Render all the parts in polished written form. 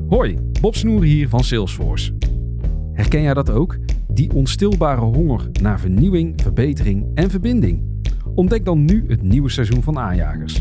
Hoi, Bob Snoer hier van Salesforce. Herken jij dat ook? Die onstilbare honger naar vernieuwing, verbetering en verbinding. Ontdek dan nu het nieuwe seizoen van Aanjagers.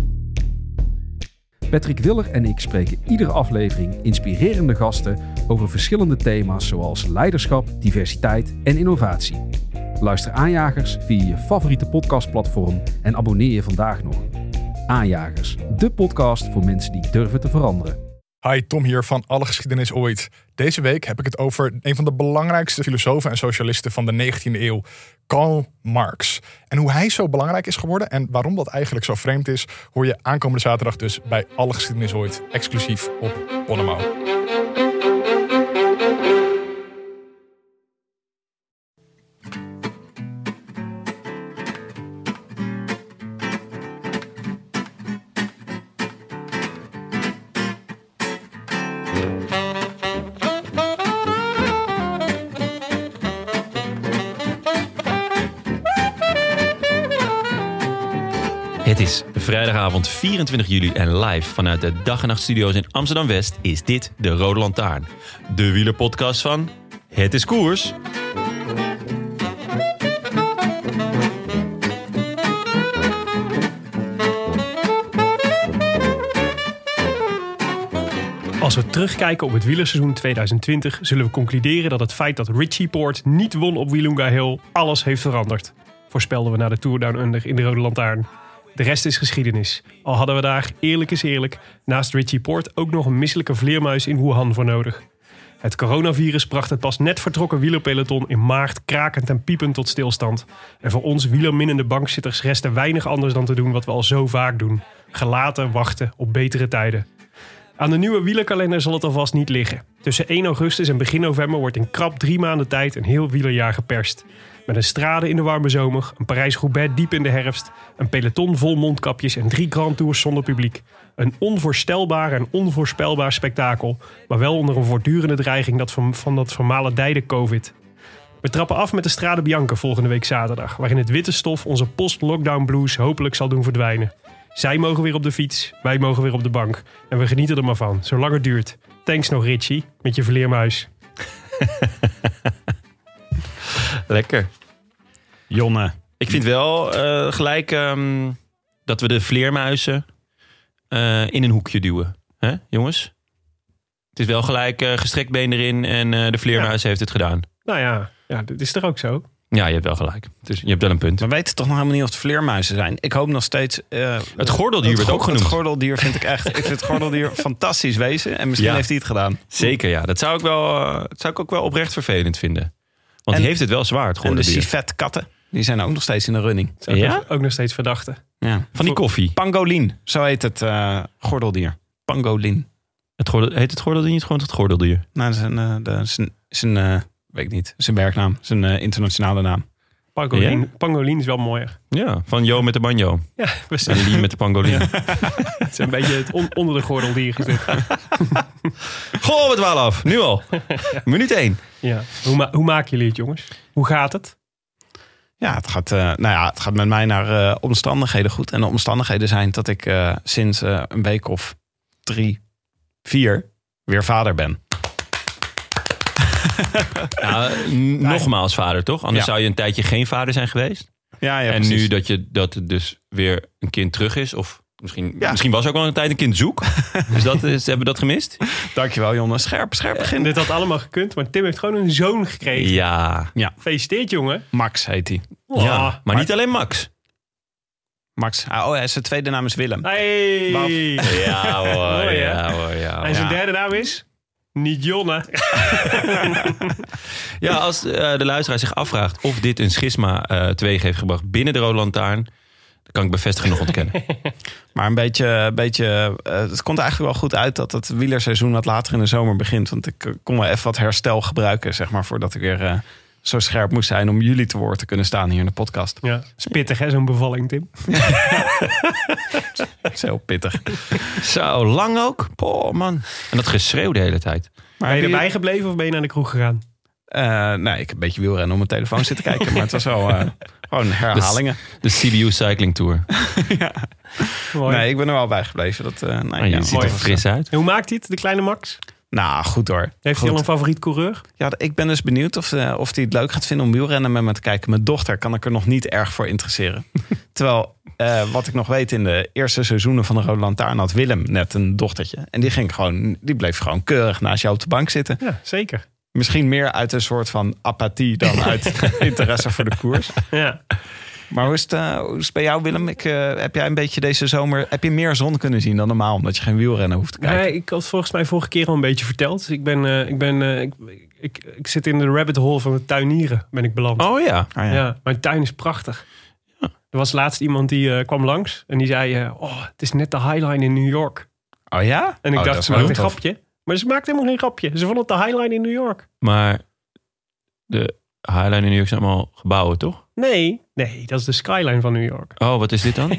Patrick Willer en ik spreken iedere aflevering inspirerende gasten over verschillende thema's zoals leiderschap, diversiteit en innovatie. Luister Aanjagers via je favoriete podcastplatform en abonneer je vandaag nog. Aanjagers, de podcast voor mensen die durven te veranderen. Hi, Tom hier van Alle Geschiedenis Ooit. Deze week heb ik het over een van de belangrijkste filosofen en socialisten van de 19e eeuw, Karl Marx. En hoe hij zo belangrijk is geworden en waarom dat eigenlijk zo vreemd is, hoor je aankomende zaterdag dus bij Alle Geschiedenis Ooit, exclusief op Bonnemouw. Het is vrijdagavond 24 juli en live vanuit de Dag en Nacht Studio's in Amsterdam-West is dit de Rode Lantaarn. De wielerpodcast van Het is Koers. Als we terugkijken op het wielerseizoen 2020 zullen we concluderen dat het feit dat Richie Porte niet won op Willunga Hill alles heeft veranderd. Voorspelden we na de Tour Down Under in de Rode Lantaarn. De rest is geschiedenis. Al hadden we daar, eerlijk is eerlijk, naast Richie Porte ook nog een misselijke vleermuis in Wuhan voor nodig. Het coronavirus bracht het pas net vertrokken wielerpeloton in maart krakend en piepend tot stilstand. En voor ons wielerminnende bankzitters rest er weinig anders dan te doen wat we al zo vaak doen. Gelaten wachten op betere tijden. Aan de nieuwe wielerkalender zal het alvast niet liggen. Tussen 1 augustus en begin november wordt in krap 3 maanden tijd een heel wielerjaar geperst. Met een strade in de warme zomer, een Parijs-Roubaix diep in de herfst, een peloton vol mondkapjes en 3 Grand Tours zonder publiek. Een onvoorstelbaar en onvoorspelbaar spektakel, maar wel onder een voortdurende dreiging van dat vermaledijde COVID. We trappen af met de Strade Bianca volgende week zaterdag, waarin het witte stof onze post-lockdown blues hopelijk zal doen verdwijnen. Zij mogen weer op de fiets, wij mogen weer op de bank. En we genieten er maar van, zolang het duurt. Thanks nog Richie, met je vleermuis. Lekker. Jonne. Ik vind wel gelijk dat we de vleermuizen in een hoekje duwen. Hè, jongens? Het is wel gelijk gestrekt been erin en de vleermuis heeft het gedaan. Nou ja, dit is toch ook zo? Ja, je hebt wel gelijk. Dus je hebt wel een punt. We weten toch nog helemaal niet of het vleermuizen zijn. Ik hoop nog steeds... het gordeldier werd ook genoemd. Het gordeldier vind ik echt... Ik vind het gordeldier fantastisch wezen. En misschien heeft hij het gedaan. Zeker, ja. Dat zou ik ook wel oprecht vervelend vinden. Want die heeft het wel zwaar, het gordeldier. En de civetkatten, die zijn ook nog steeds in de running. Ja? Ook nog steeds verdachten. Ja. Van die koffie. Pangolin, zo heet het gordeldier. Pangolin. Heet het gordeldier niet gewoon het gordeldier? Nou, zijn weet ik niet. Zijn werknaam. Zijn internationale naam. Pangolin is wel mooier. Ja, van Jo met de banjo. Ja, en Lien met de pangolin. Ja. Het is een beetje het onder de gordeldier gezet. Goh, we dwalen af. Nu al. Minuut 1. Ja. Hoe maken jullie het, jongens? Hoe gaat het? Ja, het gaat met mij naar omstandigheden goed. En de omstandigheden zijn dat ik sinds een week of 3, 4 weer vader ben. Nogmaals vader, toch? Anders zou je een tijdje geen vader zijn geweest. Ja, en precies. Nu dat het dus weer een kind terug is. Of misschien was ook wel een tijd een kind zoek. Dus hebben we dat gemist? Dankjewel, Jonne. Scherp begin. Dit had allemaal gekund, maar Tim heeft gewoon een zoon gekregen. Ja. Gefeliciteerd, jongen. Max heet hij. Oh, ja, maar niet alleen Max. Max. Zijn tweede naam is Willem. Hey. Ja hoor. En zijn derde naam is? Niet Jonne. Ja, als de luisteraar zich afvraagt of dit een schisma teweeg heeft gebracht binnen de Rode Lantaarn, dan kan ik bevestigen nog ontkennen. Maar een beetje het komt eigenlijk wel goed uit dat het wielerseizoen wat later in de zomer begint. Want ik kon wel even wat herstel gebruiken, zeg maar, voordat ik weer zo scherp moest zijn om jullie te woord te kunnen staan hier in de podcast. Ja, is pittig hè, zo'n bevalling, Tim. Dat is heel pittig. Zo lang ook. Poh, man. En dat geschreeuw de hele tijd. Maar ben je erbij gebleven of ben je naar de kroeg gegaan? Nee, ik heb een beetje wielrennen op mijn telefoon zitten kijken. Maar het was wel gewoon herhalingen. De CBU Cycling Tour. Ja. Nee, ik ben er wel bij gebleven. Dat je ziet er fris uit. En hoe maakt hij het, de kleine Max? Nou, goed hoor. Heeft hij al een favoriet coureur? Ja, ik ben dus benieuwd of hij het leuk gaat vinden om wielrennen met me te kijken. Mijn dochter kan ik er nog niet erg voor interesseren. Terwijl, wat ik nog weet, in de eerste seizoenen van de Rode Lantaarn had Willem net een dochtertje. En die bleef gewoon keurig naast jou op de bank zitten. Ja, zeker. Misschien meer uit een soort van apathie dan uit interesse voor de koers. Ja. Maar hoe is het bij jou, Willem? Heb jij een beetje deze zomer... Heb je meer zon kunnen zien dan normaal? Omdat je geen wielrennen hoeft te kijken? Nee, ik had volgens mij vorige keer al een beetje verteld. Ik zit in de rabbit hole van de tuinieren, ben ik beland. Oh ja. Ja, mijn tuin is prachtig. Ja. Er was laatst iemand die kwam langs en die zei... het is net de Highline in New York. Oh ja? En ik dat dacht, is ze wel maakt een tof. grapje. Maar ze maakt helemaal geen grapje. Ze vond het de Highline in New York. Maar de Highline in New York zijn allemaal gebouwen, toch? Nee, dat is de skyline van New York. Oh, wat is dit dan?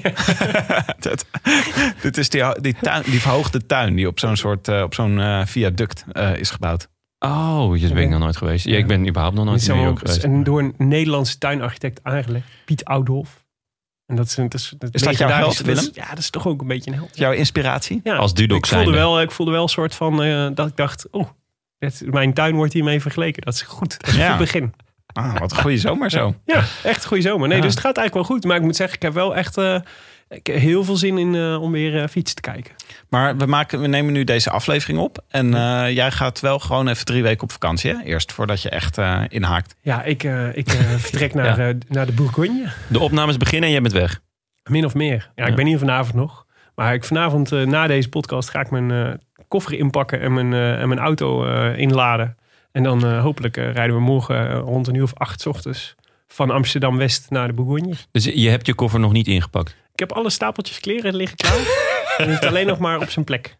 Dit is die verhoogde tuin die op zo'n soort viaduct is gebouwd. Oh, je ben ik nog nooit geweest. Ja, ik ben überhaupt nog nooit in New York geweest. En door een Nederlandse tuinarchitect aangelegd. Piet Oudolf. En dat is dat jouw held, Willem? Ja, dat is toch ook een beetje een held. Jouw inspiratie? Ja, als Dudok zijnde. Ik voelde wel een soort van... dat ik dacht, mijn tuin wordt hiermee vergeleken. Dat is goed. Dat is een goed begin. Ah, wat een goede zomer zo. Ja, echt een goede zomer. Nee, dus het gaat eigenlijk wel goed. Maar ik moet zeggen, ik heb wel echt heel veel zin in om weer fietsen te kijken. Maar we nemen nu deze aflevering op. En jij gaat wel gewoon even 3 weken op vakantie, hè? Eerst, voordat je echt inhaakt. Ja, ik vertrek naar de Bourgogne. De opnames beginnen en jij bent weg. Min of meer. Ja, ik ben hier vanavond nog. Maar vanavond na deze podcast ga ik mijn koffer inpakken en mijn auto inladen. En dan hopelijk rijden we morgen rond 8:00 's ochtends van Amsterdam-West naar de Bourgogne. Dus je hebt je koffer nog niet ingepakt? Ik heb alle stapeltjes kleren liggen klaar. En het alleen nog maar op zijn plek.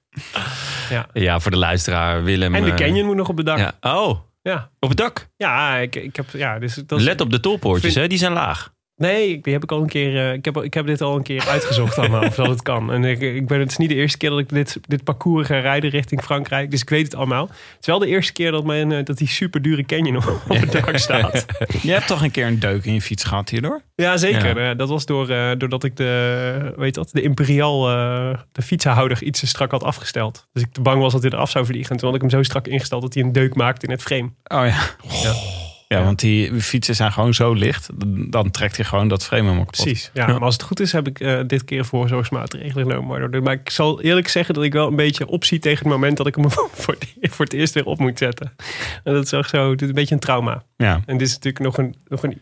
Ja, voor de luisteraar, Willem. En de canyon moet nog op het dak. Ja. Oh, ja. Op het dak? Ja, ik heb... Ja, dus Let op de tolpoortjes, hè? Die zijn laag. Nee, die heb ik al een keer. Ik heb dit al een keer uitgezocht allemaal of dat het kan. En het is niet de eerste keer dat ik dit parcours ga rijden richting Frankrijk. Dus ik weet het allemaal. Het is wel de eerste keer dat die super dure canyon op het dak staat. Je hebt toch een keer een deuk in je fiets gehad hierdoor? Ja, zeker. Ja. Dat was doordat ik de Imperial, de fietsenhouder, iets te strak had afgesteld. Dus ik te bang was dat hij eraf zou vliegen. En toen had ik hem zo strak ingesteld dat hij een deuk maakte in het frame. Oh ja. Ja, want die fietsen zijn gewoon zo licht. Dan trekt hij gewoon dat frame helemaal kapot. Precies. Ja, maar als het goed is, heb ik dit keer voorzorgsmaatregelen genomen. Maar ik zal eerlijk zeggen dat ik wel een beetje opzie tegen het moment dat ik hem voor het eerst weer op moet zetten. En dat is ook zo, het is een beetje een trauma. Ja. En dit is natuurlijk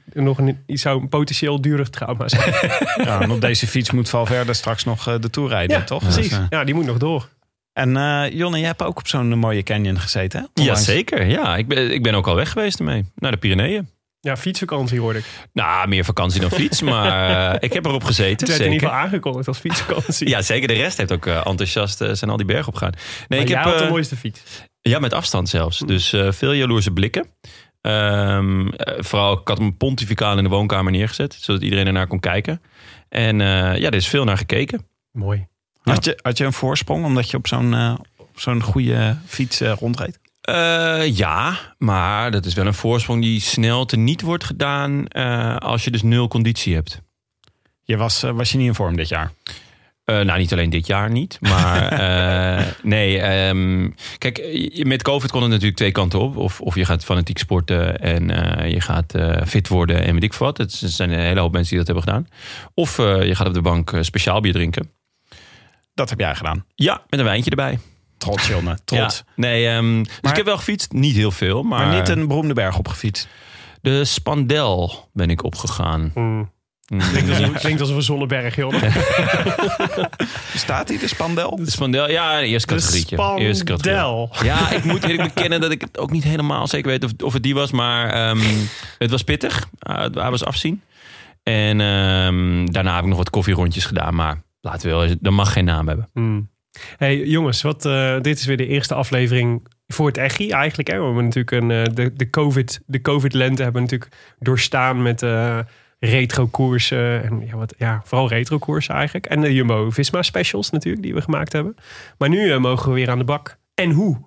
zou een potentieel duurder trauma zijn. Ja, en op deze fiets moet Valverde straks nog de Tour rijden, ja, toch? Precies. Dus, ja, die moet nog door. En Jonne, jij hebt ook op zo'n mooie canyon gezeten, hè? Jazeker, ja. Ik ben ook al weg geweest ermee. Naar de Pyreneeën. Ja, fietsvakantie hoorde ik. Nou, meer vakantie dan fiets, maar ik heb erop gezeten. Het werd in ieder geval aangekondigd als fietsvakantie. Ja, zeker. De rest heeft ook enthousiast zijn al die bergen opgegaan. Nee, maar ik jij heb had de mooiste fiets. Ja, met afstand zelfs. Dus veel jaloerse blikken. Vooral, ik had hem pontificaal in de woonkamer neergezet, zodat iedereen ernaar kon kijken. En er is veel naar gekeken. Mooi. Had je een voorsprong omdat je op zo'n goede fiets rondreed? Ja, maar dat is wel een voorsprong die snel teniet wordt gedaan als je dus 0 conditie hebt. Was je niet in vorm dit jaar? Nou, niet alleen dit jaar niet. Maar kijk, met COVID kon het natuurlijk 2 kanten op. Of je gaat fanatiek sporten en je gaat fit worden en weet ik wat. Er zijn een hele hoop mensen die dat hebben gedaan. Of je gaat op de bank speciaal bier drinken. Dat heb jij gedaan? Ja, met een wijntje erbij. Trots, Jonne. Trots. Ja, nee, dus ik heb wel gefietst. Niet heel veel. Maar niet een beroemde berg opgefietst? De Spandel ben ik opgegaan. Klinkt als een zonneberg, joh. Staat hij, de Spandel? De Spandel, ja, de eerste categorietje. Ja, ik moet eerlijk bekennen dat ik het ook niet helemaal zeker weet of het die was. Maar het was pittig. Hij was afzien. En daarna heb ik nog wat koffierondjes gedaan. Maar laten we wel, dat mag geen naam hebben. Hey jongens, dit is weer de eerste aflevering voor het Echi eigenlijk. Hè? We hebben natuurlijk de COVID-lente hebben we natuurlijk doorstaan met retro-koersen. En vooral retro-koersen eigenlijk. En de Jumbo-Visma specials natuurlijk die we gemaakt hebben. Maar nu mogen we weer aan de bak. En hoe?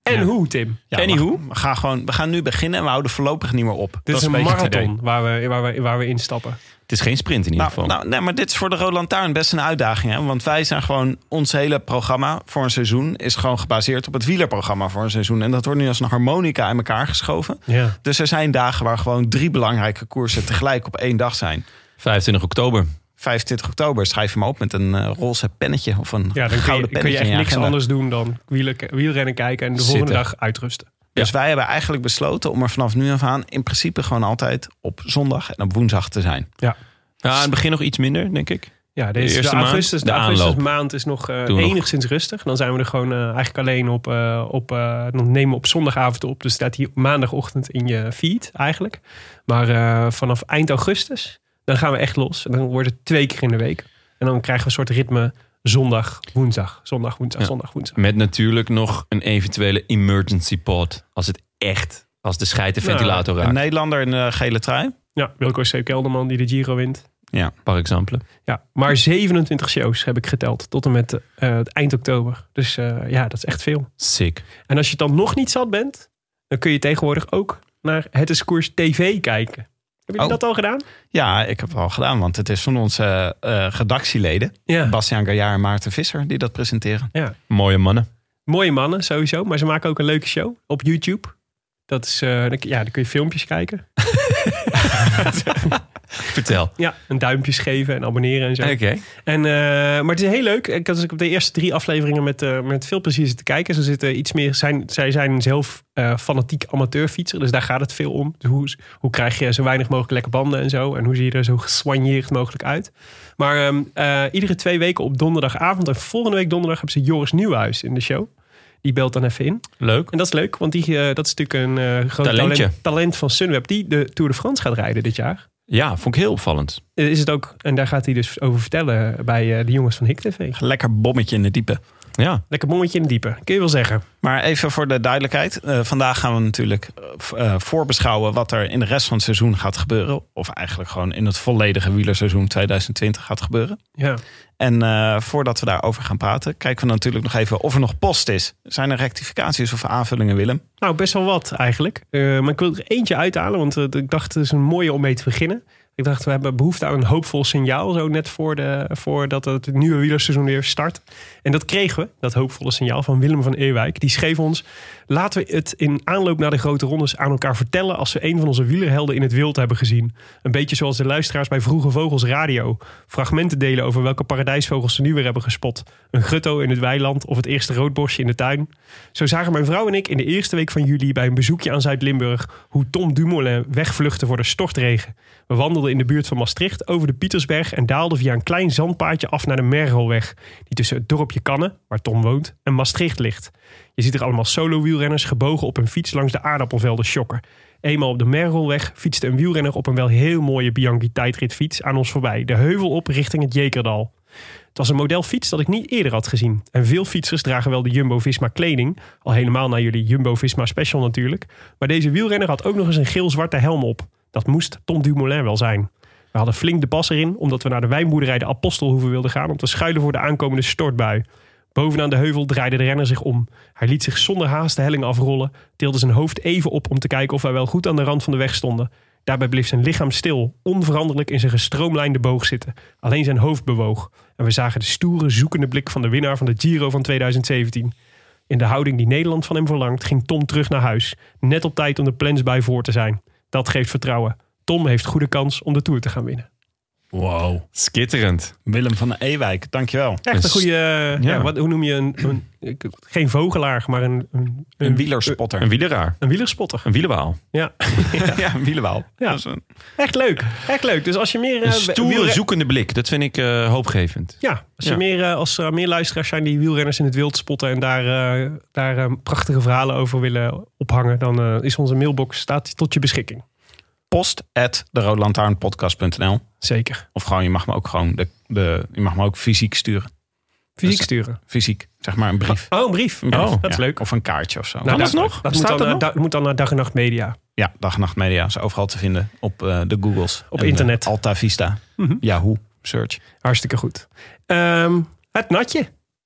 En hoe, Tim? Ja, Anywho. we gaan nu beginnen en we houden voorlopig niet meer op. Dit is een beetje het marathon waar we instappen. Het is geen sprint in ieder geval. Nee, maar dit is voor de Rode Lantaarn best een uitdaging. Hè? Want wij zijn gewoon, ons hele programma voor een seizoen is gewoon gebaseerd op het wielerprogramma voor een seizoen. En dat wordt nu als een harmonica in elkaar geschoven. Ja. Dus er zijn dagen waar gewoon 3 belangrijke koersen tegelijk op 1 dag zijn. 25 oktober. 25 oktober, schrijf je maar op met een roze pennetje of een Ja, dan gouden kun je pennetje echt in je niks agenda. anders doen dan wielrennen kijken en de volgende dag uitrusten. Dus wij hebben eigenlijk besloten om er vanaf nu af aan in principe gewoon altijd op zondag en op woensdag te zijn. Ja, in het begin nog iets minder, denk ik. Ja, De eerste de maand, augustus, de de aanloop. augustusmaand is nog enigszins rustig. Dan zijn we er gewoon eigenlijk alleen dan nemen we op zondagavond op. Dus staat hier maandagochtend in je feed eigenlijk. Maar vanaf eind augustus, dan gaan we echt los. En dan wordt het 2 keer in de week. En dan krijgen we een soort ritme zondag, woensdag. Zondag, woensdag, Ja. zondag, woensdag. Met natuurlijk nog een eventuele emergency pod. Als de scheid de ventilator Een raakt. Nederlander in de gele trui. Ja, Wilco C. Kelderman die de Giro wint. Par exemple. Ja, maar 27 shows heb ik geteld tot en met eind oktober. Dus dat is echt veel. Sick. En als je dan nog niet zat bent, dan kun je tegenwoordig ook naar Het is Koers TV kijken. Hebben jullie dat al gedaan? Ja, ik heb het al gedaan, want het is van onze redactieleden. Ja. Bastiaan Gaillard en Maarten Visser die dat presenteren. Mooie mannen. Mooie mannen sowieso, maar ze maken ook een leuke show op YouTube. Dat is, dan kun je filmpjes kijken. Vertel. Ja, een duimpjes geven en abonneren en zo. Oké. Maar het is heel leuk. Ik had op de eerste 3 afleveringen met veel plezier zitten kijken. Ze zitten iets meer. Zij zijn zelf fanatiek amateurfietser. Dus daar gaat het veel om. Dus hoe krijg je zo weinig mogelijk lekke banden en zo. En hoe zie je er zo gesoigneerd mogelijk uit. Maar iedere 2 weken op donderdagavond. En volgende week donderdag hebben ze Joris Nieuwhuis in de show. Die belt dan even in. Leuk. En dat is leuk, want dat is natuurlijk een groot Talentje. talent van Sunweb. Die de Tour de France gaat rijden dit jaar. Ja, vond ik heel opvallend. Is het ook, en daar gaat hij dus over vertellen bij de jongens van Hik TV. Lekker bommetje in de diepe. Ja. Lekker bommetje in de diepe, kun je wel zeggen. Maar even voor de duidelijkheid. Vandaag gaan we natuurlijk voorbeschouwen wat er in de rest van het seizoen gaat gebeuren. Of eigenlijk gewoon in het volledige wielerseizoen 2020 gaat gebeuren. Ja. En voordat we daarover gaan praten, kijken we natuurlijk nog even of er nog post is. Zijn er rectificaties of aanvullingen, Willem? Nou, best wel wat eigenlijk. Maar ik wil er eentje uithalen, want ik dacht het is een mooie om mee te beginnen. Ik dacht, we hebben behoefte aan een hoopvol signaal, zo net voordat het nieuwe wielerseizoen weer start. En dat kregen we, dat hoopvolle signaal van Willem van Ewijk. Die schreef ons, laten we het in aanloop naar de grote rondes aan elkaar vertellen als we een van onze wielerhelden in het wild hebben gezien. Een beetje zoals de luisteraars bij Vroege Vogels Radio. Fragmenten delen over welke paradijsvogels ze nu weer hebben gespot. Een grutto in het weiland of het eerste roodbosje in de tuin. Zo zagen mijn vrouw en ik in de eerste week van juli bij een bezoekje aan Zuid-Limburg hoe Tom Dumoulin wegvluchtte voor de stortregen. We wandelden in de buurt van Maastricht over de Pietersberg en daalden via een klein zandpaadje af naar de Mergelweg, die tussen het dorpje Kanne, waar Tom woont, en Maastricht ligt. Je ziet er allemaal solo-wielrenners gebogen op een fiets langs de aardappelvelden sjokken. Eenmaal op de Mergelweg fietste een wielrenner op een wel heel mooie Bianchi tijdritfiets aan ons voorbij, de heuvel op richting het Jekerdal. Het was een modelfiets dat ik niet eerder had gezien. En veel fietsers dragen wel de Jumbo-Visma kleding. Al helemaal naar jullie Jumbo-Visma special natuurlijk. Maar deze wielrenner had ook nog eens een geel-zwarte helm op. Dat moest Tom Dumoulin wel zijn. We hadden flink de bas erin, omdat we naar de wijnboerderij de Apostelhoeve wilden gaan om te schuilen voor de aankomende stortbui. Bovenaan de heuvel draaide de renner zich om. Hij liet zich zonder haast de helling afrollen, tilde zijn hoofd even op om te kijken of wij wel goed aan de rand van de weg stonden. Daarbij bleef zijn lichaam stil, onveranderlijk in zijn gestroomlijnde boog zitten. Alleen zijn hoofd bewoog. En we zagen de stoere, zoekende blik van de winnaar van de Giro van 2017. In de houding die Nederland van hem verlangt, ging Tom terug naar huis. Net op tijd om de plensbui voor te zijn. Dat geeft vertrouwen. Tom heeft goede kans om de Tour te gaan winnen. Wow. Skitterend. Willem van Ewijk, dankjewel. Echt een goede, ja. hoe noem je geen vogelaar, maar Een wielerspotter. Een wieleraar. een wielerspotter. Een wielerwaal. Ja. Ja, een wielerwaal. Ja. Dat is een... Echt leuk. Echt leuk. Dus als je meer... Een stoere, zoekende blik. Dat vind ik hoopgevend. Ja, als er meer luisteraars zijn die wielrenners in het wild spotten en daar prachtige verhalen over willen ophangen, dan is onze mailbox staat tot je beschikking. post@deroodlantaarnpodcast.nl. Zeker. Of gewoon, je mag me ook gewoon je mag me ook fysiek sturen. Fysiek sturen. Fysiek, zeg maar een brief. Oh, een brief. Oh, dat is leuk. Of een kaartje of zo. Nou, dat nog? Dat Staat moet dan, dat nog? moet dan naar Dag en Nacht Media. Ja, Dag en Nacht Media is overal te vinden op de Googles. Op en internet. Alta Vista. Mhm. Yahoo, search. Hartstikke goed. Het natje.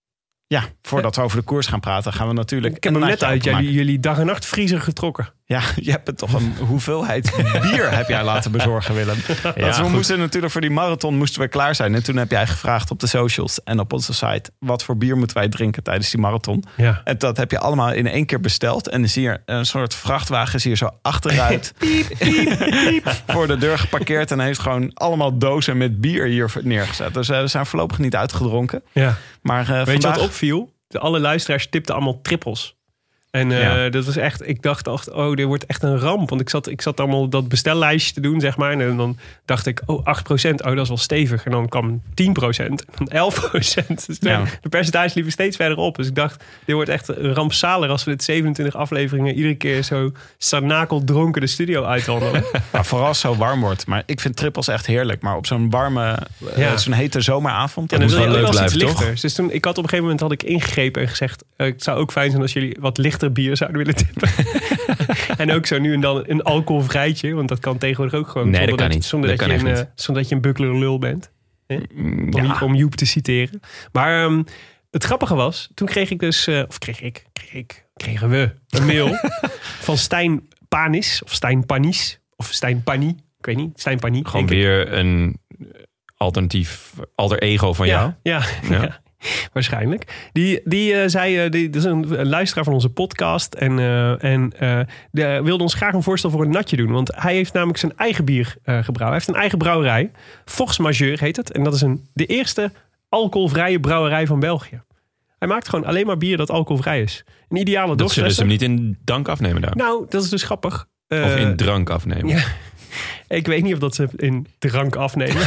Ja, voordat we over de koers gaan praten, gaan we natuurlijk... Ik heb hem net uit jullie dag en nacht vriezer getrokken. Ja, je hebt het toch een hoeveelheid bier heb jij laten bezorgen, Willem. We moesten natuurlijk voor die marathon moesten we klaar zijn. En toen heb jij gevraagd op de socials en op onze site... wat voor bier moeten wij drinken tijdens die marathon. Ja. En dat heb je allemaal in 1 keer besteld. En dan zie je een soort vrachtwagen zie je zo achteruit piep, piep, piep, voor de deur geparkeerd... en heeft gewoon allemaal dozen met bier hier neergezet. Dus we zijn voorlopig niet uitgedronken. Ja. Maar weet je wat opviel? Alle luisteraars tipten allemaal trippels. En dat was echt, ik dacht, dit wordt echt een ramp. Want ik zat allemaal dat bestellijstje te doen, zeg maar. En dan dacht ik, 8%, dat is wel stevig. En dan kwam 10%, en dan 11%. Dus de percentage liepen steeds verder op. Dus ik dacht, dit wordt echt een rampzalig als we dit 27 afleveringen iedere keer zo sarnakeldronken de studio uitwandelen. Maar vooral als het zo warm wordt. Maar ik vind trippels echt heerlijk. Maar op zo'n warme, zo'n hete zomeravond... dan wil je leuk ook wel iets blijven, lichters. Dus toen, ik had op een gegeven moment ingegrepen en gezegd... het zou ook fijn zijn als jullie wat lichter bier zouden willen tippen. En ook zo nu en dan een alcoholvrijtje. Want dat kan tegenwoordig ook gewoon. Nee, dat kan niet. Zonder dat je een bukkele lul bent. Om Joep te citeren. Maar het grappige was, toen kreeg ik dus... kregen we een mail van Stijn Panis. Of Stijn Panis. Of Stijn Pani. Ik weet niet. Stijn Pani. Gewoon weer een alternatief alter ego van jou. Ja. Waarschijnlijk. Die zei, dat is een luisteraar van onze podcast. En wilde ons graag een voorstel voor een natje doen. Want hij heeft namelijk zijn eigen bier gebrouwen. Hij heeft een eigen brouwerij. Force Majeure heet het. En dat is de eerste alcoholvrije brouwerij van België. Hij maakt gewoon alleen maar bier dat alcoholvrij is. Een ideale dat zullen ze hem niet in dank afnemen daar. Nou, dat is dus grappig. Of in drank afnemen. Ja. Ik weet niet of dat ze in drank afnemen.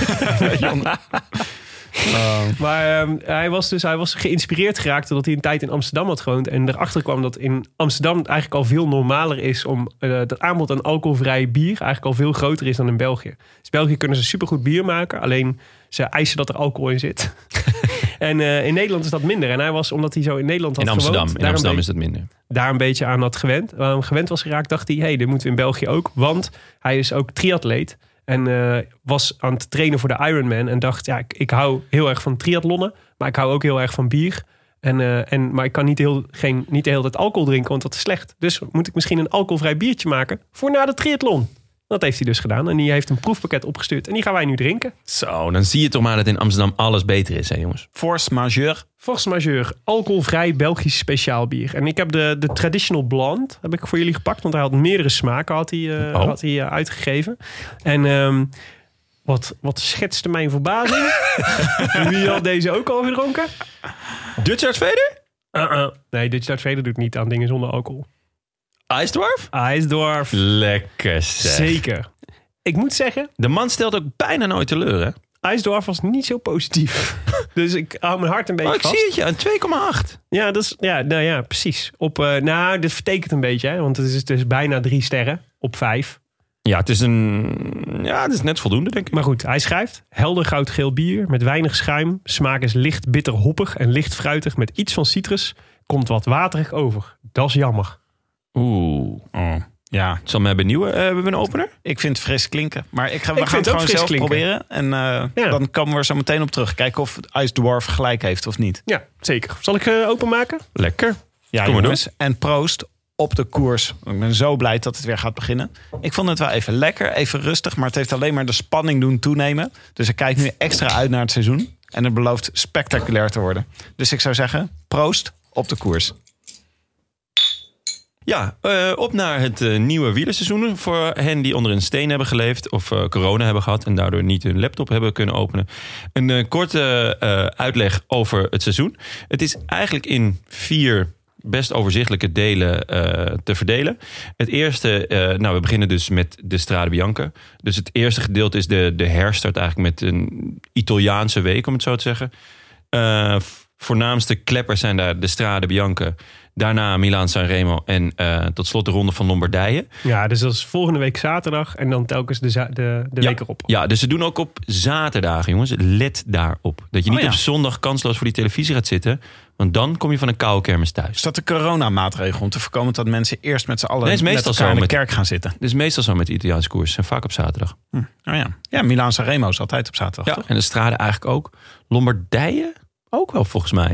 Maar hij was geïnspireerd geraakt doordat hij een tijd in Amsterdam had gewoond. En erachter kwam dat in Amsterdam het eigenlijk al veel normaler is om het aanbod aan alcoholvrij bier eigenlijk al veel groter is dan in België. Dus in België kunnen ze supergoed bier maken, alleen ze eisen dat er alcohol in zit. En in Nederland is dat minder. En hij was, omdat hij zo in Nederland had gewoond... In Amsterdam is dat minder. Daar een beetje aan had gewend was geraakt, dacht hij... dit moeten we in België ook. Want hij is ook triatleet. En was aan het trainen voor de Ironman. En dacht, ik hou heel erg van triathlonnen. Maar ik hou ook heel erg van bier. Maar ik kan niet de hele tijd alcohol drinken, want dat is slecht. Dus moet ik misschien een alcoholvrij biertje maken voor na de triathlon. Dat heeft hij dus gedaan. En die heeft een proefpakket opgestuurd. En die gaan wij nu drinken. Zo, dan zie je toch maar dat in Amsterdam alles beter is, hè jongens. Force Majeure. Alcoholvrij Belgisch speciaal bier. En ik heb de Traditional Blonde heb ik voor jullie gepakt. Want hij had meerdere smaken had hij uitgegeven. En wat schetste mijn verbazing. Wie had deze ook al gedronken? Dutch Darth Vader? Nee, Dutch Darth Vader doet niet aan dingen zonder alcohol. IJsdorf? Lekker zeg. Zeker. Ik moet zeggen... De man stelt ook bijna nooit teleur, hè? IJsdorf was niet zo positief. Dus ik hou mijn hart een beetje vast. Ik zie het, een 2,8. Ja, nou ja, precies. Dit vertekent een beetje, hè? Want het is bijna 3 sterren op 5. Ja, het is net voldoende, denk ik. Maar goed, hij schrijft... Helder goudgeel bier met weinig schuim. Smaak is licht bitter hoppig en licht fruitig met iets van citrus. Komt wat waterig over. Dat is jammer. Ja. Het zal mij benieuwen. Hebben we een opener? Ik vind het fris klinken. Maar we gaan het gewoon zelf proberen. En dan komen we er zo meteen op terug. Kijken of IJsdorf gelijk heeft of niet. Ja, zeker. Zal ik openmaken? Lekker. Ja, jongens. En proost op de koers. Ik ben zo blij dat het weer gaat beginnen. Ik vond het wel even lekker, even rustig. Maar het heeft alleen maar de spanning doen toenemen. Dus ik kijk nu extra uit naar het seizoen. En het belooft spectaculair te worden. Dus ik zou zeggen, proost op de koers. Ja, op naar het nieuwe wielerseizoen. Voor hen die onder een steen hebben geleefd of corona hebben gehad en daardoor niet hun laptop hebben kunnen openen. Een korte uitleg over het seizoen. Het is eigenlijk in 4 best overzichtelijke delen te verdelen. Het eerste, we beginnen dus met de Strade Bianche. Dus het eerste gedeelte is de herstart eigenlijk met een Italiaanse week, om het zo te zeggen. Voornaamste kleppers zijn daar de Strade Bianche. Daarna Milaan-Sanremo en tot slot de Ronde van Lombardije. Ja, dus dat is volgende week zaterdag en dan telkens de week erop. Ja, dus ze doen ook op zaterdagen, jongens. Let daarop. Dat je niet op zondag kansloos voor die televisie gaat zitten. Want dan kom je van een koude kermis thuis. Is dat de coronamaatregel om te voorkomen dat mensen eerst met z'n allen met elkaar in de kerk gaan zitten? Dat is meestal zo met de Italiaanse koers. En vaak op zaterdag. Ja, Milaan-Sanremo is altijd op zaterdag. Ja, toch? En de Strade eigenlijk ook. Lombardije ook wel volgens mij.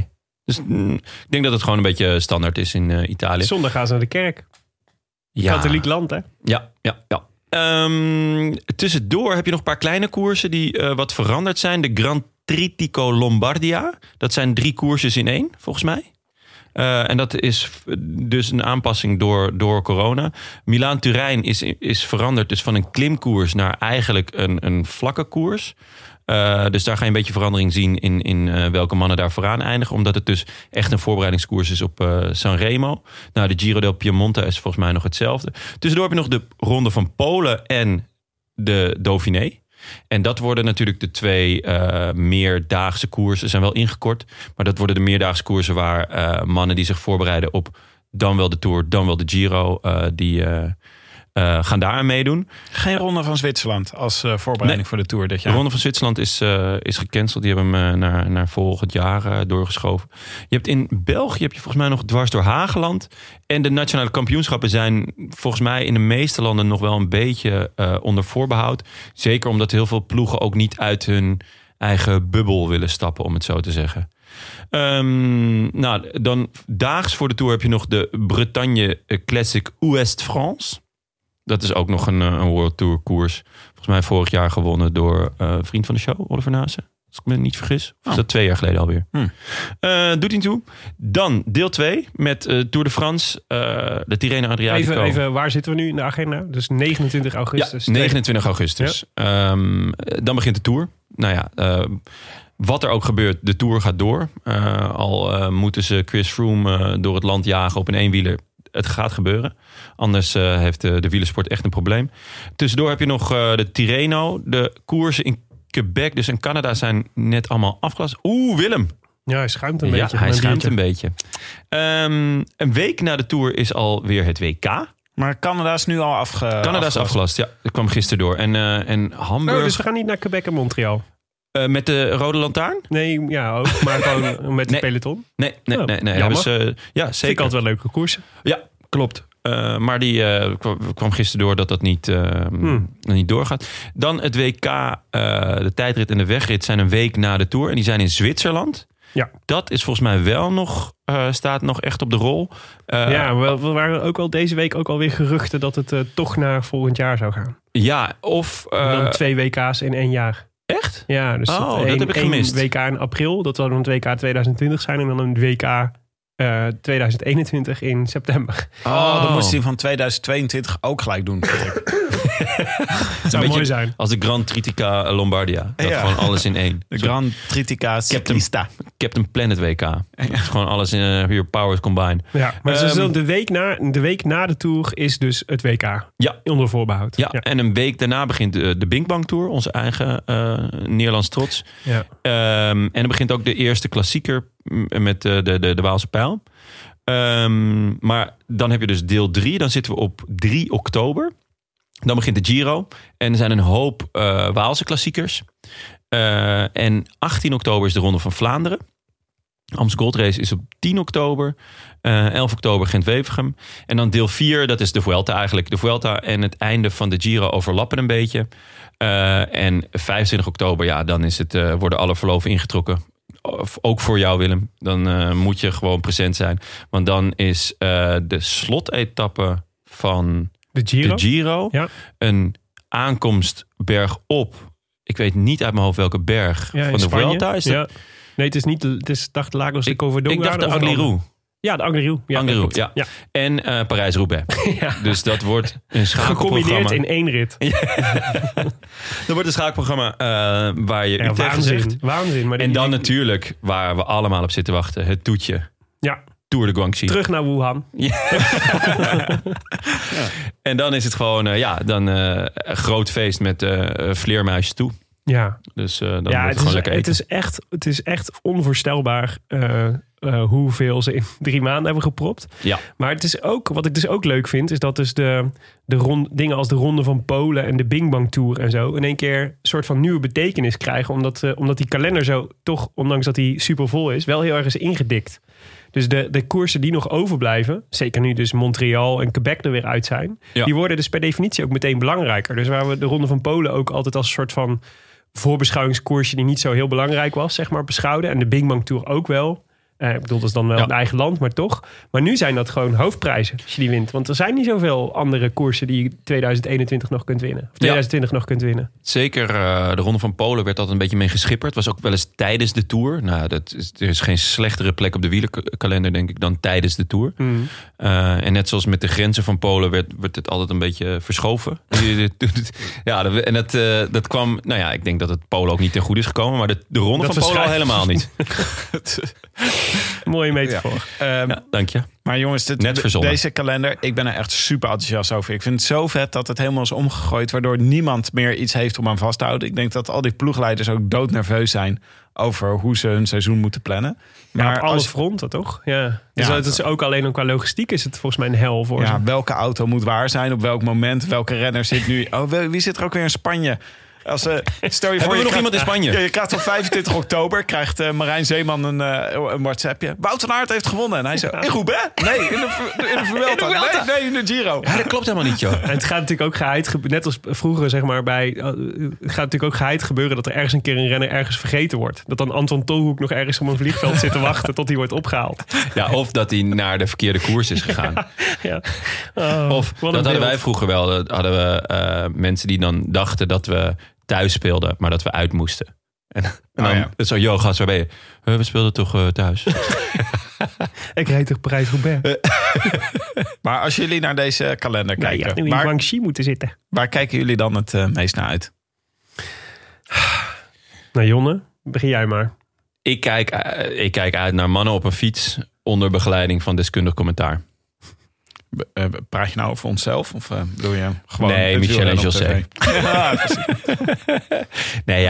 Dus ik denk dat het gewoon een beetje standaard is in Italië. Zondag gaan ze naar de kerk. Ja. Katholiek land, hè? Ja. Tussendoor heb je nog een paar kleine koersen die wat veranderd zijn. De Gran Tritico Lombardia. Dat zijn 3 koersjes in 1, volgens mij. En dat is dus een aanpassing door corona. Milaan-Turijn is veranderd dus van een klimkoers naar eigenlijk een vlakke koers. Dus daar ga je een beetje verandering zien in welke mannen daar vooraan eindigen. Omdat het dus echt een voorbereidingskoers is op Sanremo. Nou, de Giro del Piemonte is volgens mij nog hetzelfde. Tussendoor heb je nog de Ronde van Polen en de Dauphiné. En dat worden natuurlijk de 2 meerdaagse koersen. Zijn wel ingekort, maar dat worden de meerdaagse koersen waar mannen die zich voorbereiden op dan wel de Tour, dan wel de Giro, die gaan daar aan meedoen. Geen Ronde van Zwitserland als voorbereiding voor de Tour dit jaar. De Ronde van Zwitserland is gecanceld. Die hebben hem naar volgend jaar doorgeschoven. Je hebt in België volgens mij nog dwars door Hageland. En de nationale kampioenschappen zijn volgens mij in de meeste landen nog wel een beetje onder voorbehoud. Zeker omdat heel veel ploegen ook niet uit hun eigen bubbel willen stappen, om het zo te zeggen. Dan daags voor de Tour heb je nog de Bretagne Classic Ouest-France. Dat is ook nog een World Tour koers. Volgens mij vorig jaar gewonnen door vriend van de show, Oliver Nase. Als ik me niet vergis. Of is dat 2 jaar geleden alweer. Doet hij toe. Dan deel 2 met Tour de France. De Tirreno Adriatico. Even, waar zitten we nu in de agenda? Dus 29 augustus. Ja, 29 augustus. Ja. Dan begint de Tour. Nou ja, wat er ook gebeurt, de Tour gaat door. Al moeten ze Chris Froome door het land jagen op een eenwieler. Het gaat gebeuren. Anders heeft de wielersport echt een probleem. Tussendoor heb je nog de Tirreno. De koersen in Quebec, dus in Canada, zijn net allemaal afgelast. Willem. Ja, hij schuimt een beetje. Ja, hij schuimt een beetje. Een week na de Tour is alweer het WK. Maar Canada is nu al afgelast. Canada is afgelast, ja. Dat kwam gisteren door. En Hamburg... dus we gaan niet naar Quebec en Montreal. Met de Rode Lantaarn? Nee, ja ook. Maar gewoon met de peloton. Nee. Jammer. Ja, zeker. Vind ik altijd wel leuke koersen. Ja, klopt. Maar die kwam gisteren door dat niet doorgaat. Dan het WK, de tijdrit en de wegrit zijn een week na de Tour. En die zijn in Zwitserland. Ja. Dat is volgens mij wel nog, staat nog echt op de rol. We waren ook al deze week ook alweer geruchten dat het toch naar volgend jaar zou gaan. Ja, of... dan 2 WK's in 1 jaar. Echt? Ja, dus dat heb ik gemist. Een WK in april, dat zou dan het WK 2020 zijn. En dan een WK 2021 in september. Dan moest hij van 2022 ook gelijk doen. Het zou mooi zijn. Als de Gran Tritica Lombardia. Dat gewoon alles in 1. De Gran Tritica Ciclista. Captain Planet WK. Ja. Gewoon alles in Your Powers Combine. Ja, maar de week na de Tour is dus het WK. Ja. Onder voorbehoud. Ja, en een week daarna begint de Bing Bang Tour. Onze eigen Nederlands trots. Ja. En dan begint ook de eerste klassieker met de Waalse Pijl. Maar dan heb je dus deel 3. Dan zitten we op 3 oktober. Dan begint de Giro. En er zijn een hoop Waalse klassiekers. En 18 oktober is de Ronde van Vlaanderen. Amstel Gold Race is op 10 oktober. 11 oktober Gent-Wevelgem. En dan deel 4, dat is de Vuelta eigenlijk. De Vuelta en het einde van de Giro overlappen een beetje. En 25 oktober, ja, dan is worden alle verloven ingetrokken. Ook voor jou, Willem. Dan moet je gewoon present zijn. Want dan is de slotetappe van de Giro een aankomst bergop. Ik weet niet uit mijn hoofd welke berg van de Vuelta is dat. Ja. Nee, het is niet. Het is dacht Lagos de Covadonga. Ik dacht de Angliru. Ja, de Angliru. Ja. En Parijs-Roubaix. Ja. Dus dat wordt een schakelprogramma. Gecombineerd in 1 rit. Dat wordt een schakelprogramma waar je tegen zegt. Waanzin. Maar en dan natuurlijk, waar we allemaal op zitten wachten, het toetje. Ja. Tour de Guangxi. Terug naar Wuhan. Ja. En dan is het gewoon een groot feest met vleermuisjes toe. Ja. Dus dan wordt het gewoon lekker eten. Het is echt onvoorstelbaar hoeveel ze in 3 maanden hebben gepropt. Ja. Maar het is ook, wat ik dus ook leuk vind, is dat dus de dingen als de Ronde van Polen en de Bing Bang Tour en zo in één keer een soort van nieuwe betekenis krijgen. Omdat die kalender zo toch, ondanks dat die super vol is, wel heel erg is ingedikt. Dus de koersen die nog overblijven, zeker nu dus Montreal en Quebec er weer uit zijn, die worden dus per definitie ook meteen belangrijker. Dus waar we de Ronde van Polen ook altijd als een soort van voorbeschouwingskoersje die niet zo heel belangrijk was, zeg maar, beschouwden. En de Bing Bang Tour ook wel. Ik bedoel, dat is dan wel een eigen land, maar toch. Maar nu zijn dat gewoon hoofdprijzen als je die wint. Want er zijn niet zoveel andere koersen die je 2021 nog kunt winnen. Of 2020 nog kunt winnen. Zeker, de Ronde van Polen werd altijd een beetje mee geschipperd. Was ook wel eens tijdens de Tour. Nou, er is geen slechtere plek op de wielerkalender, denk ik, dan tijdens de Tour. En net zoals met de grenzen van Polen werd het altijd een beetje verschoven. Ja, en dat kwam... Nou ja, ik denk dat het Polen ook niet ten goede is gekomen. Maar de Ronde van Polen al helemaal niet. Mooie metafoor. Dank je. Maar jongens, deze kalender, ik ben er echt super enthousiast over. Ik vind het zo vet dat het helemaal is omgegooid, waardoor niemand meer iets heeft om aan vast te houden. Ik denk dat al die ploegleiders ook doodnerveus zijn over hoe ze hun seizoen moeten plannen. Maar op alle fronten, toch? Ja. Dus het is ook alleen qua logistiek is het volgens mij een hel voor ze. Welke auto moet waar zijn, op welk moment, welke renner zit nu... wie zit er ook weer in Spanje? Stel je voor, nog iemand in Spanje? Je krijgt op 25 oktober krijgt Marijn Zeeman een WhatsAppje. Wout van Aert heeft gewonnen. En hij zei, in Roubaix? Nee, in de Vuelta. Nee, in de Giro. Ja, dat klopt helemaal niet, joh. En het gaat natuurlijk ook geheid net als vroeger, zeg maar, het gaat natuurlijk ook geheid gebeuren dat er ergens een keer een renner ergens vergeten wordt. Dat dan Anton Tolhoek nog ergens op een vliegveld zit te wachten tot hij wordt opgehaald. Ja, of dat hij naar de verkeerde koers is gegaan. Ja. Of, dat hadden wij vroeger wel. Hadden we mensen die dan dachten dat we thuis speelden, maar dat we uit moesten. En dan zo, yo gast, waar ben je? We speelden toch thuis? Ik reed toch Parijs-Roubaix? Maar als jullie naar deze kalender kijken... je had nu in Guangxi moeten zitten. Waar kijken jullie dan het meest naar uit? Nou, Jonne, begin jij maar. Ik kijk uit naar mannen op een fiets onder begeleiding van deskundig commentaar. Praat je nou over onszelf? Of bedoel je gewoon... Nee, Michel en José. Ja, precies. Nee,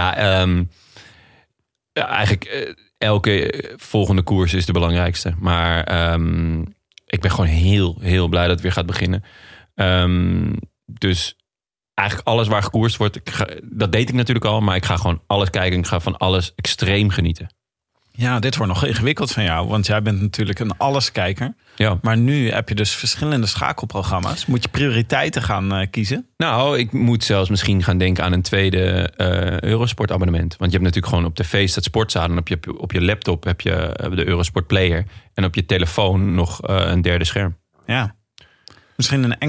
eigenlijk elke volgende koers is de belangrijkste. Maar ik ben gewoon heel, heel blij dat het weer gaat beginnen. Dus eigenlijk alles waar gekoerst wordt, dat deed ik natuurlijk al. Maar ik ga gewoon alles kijken. Ik ga van alles extreem genieten. Ja, dit wordt nog ingewikkeld van jou. Want jij bent natuurlijk een alleskijker. Ja. Maar nu heb je dus verschillende schakelprogramma's. Moet je prioriteiten gaan kiezen? Nou, ik moet zelfs misschien gaan denken aan een tweede Eurosport abonnement. Want je hebt natuurlijk gewoon op tv staat Sportzaal. En op je laptop heb je de Eurosport Player. En op je telefoon nog een derde scherm. Ja. Misschien een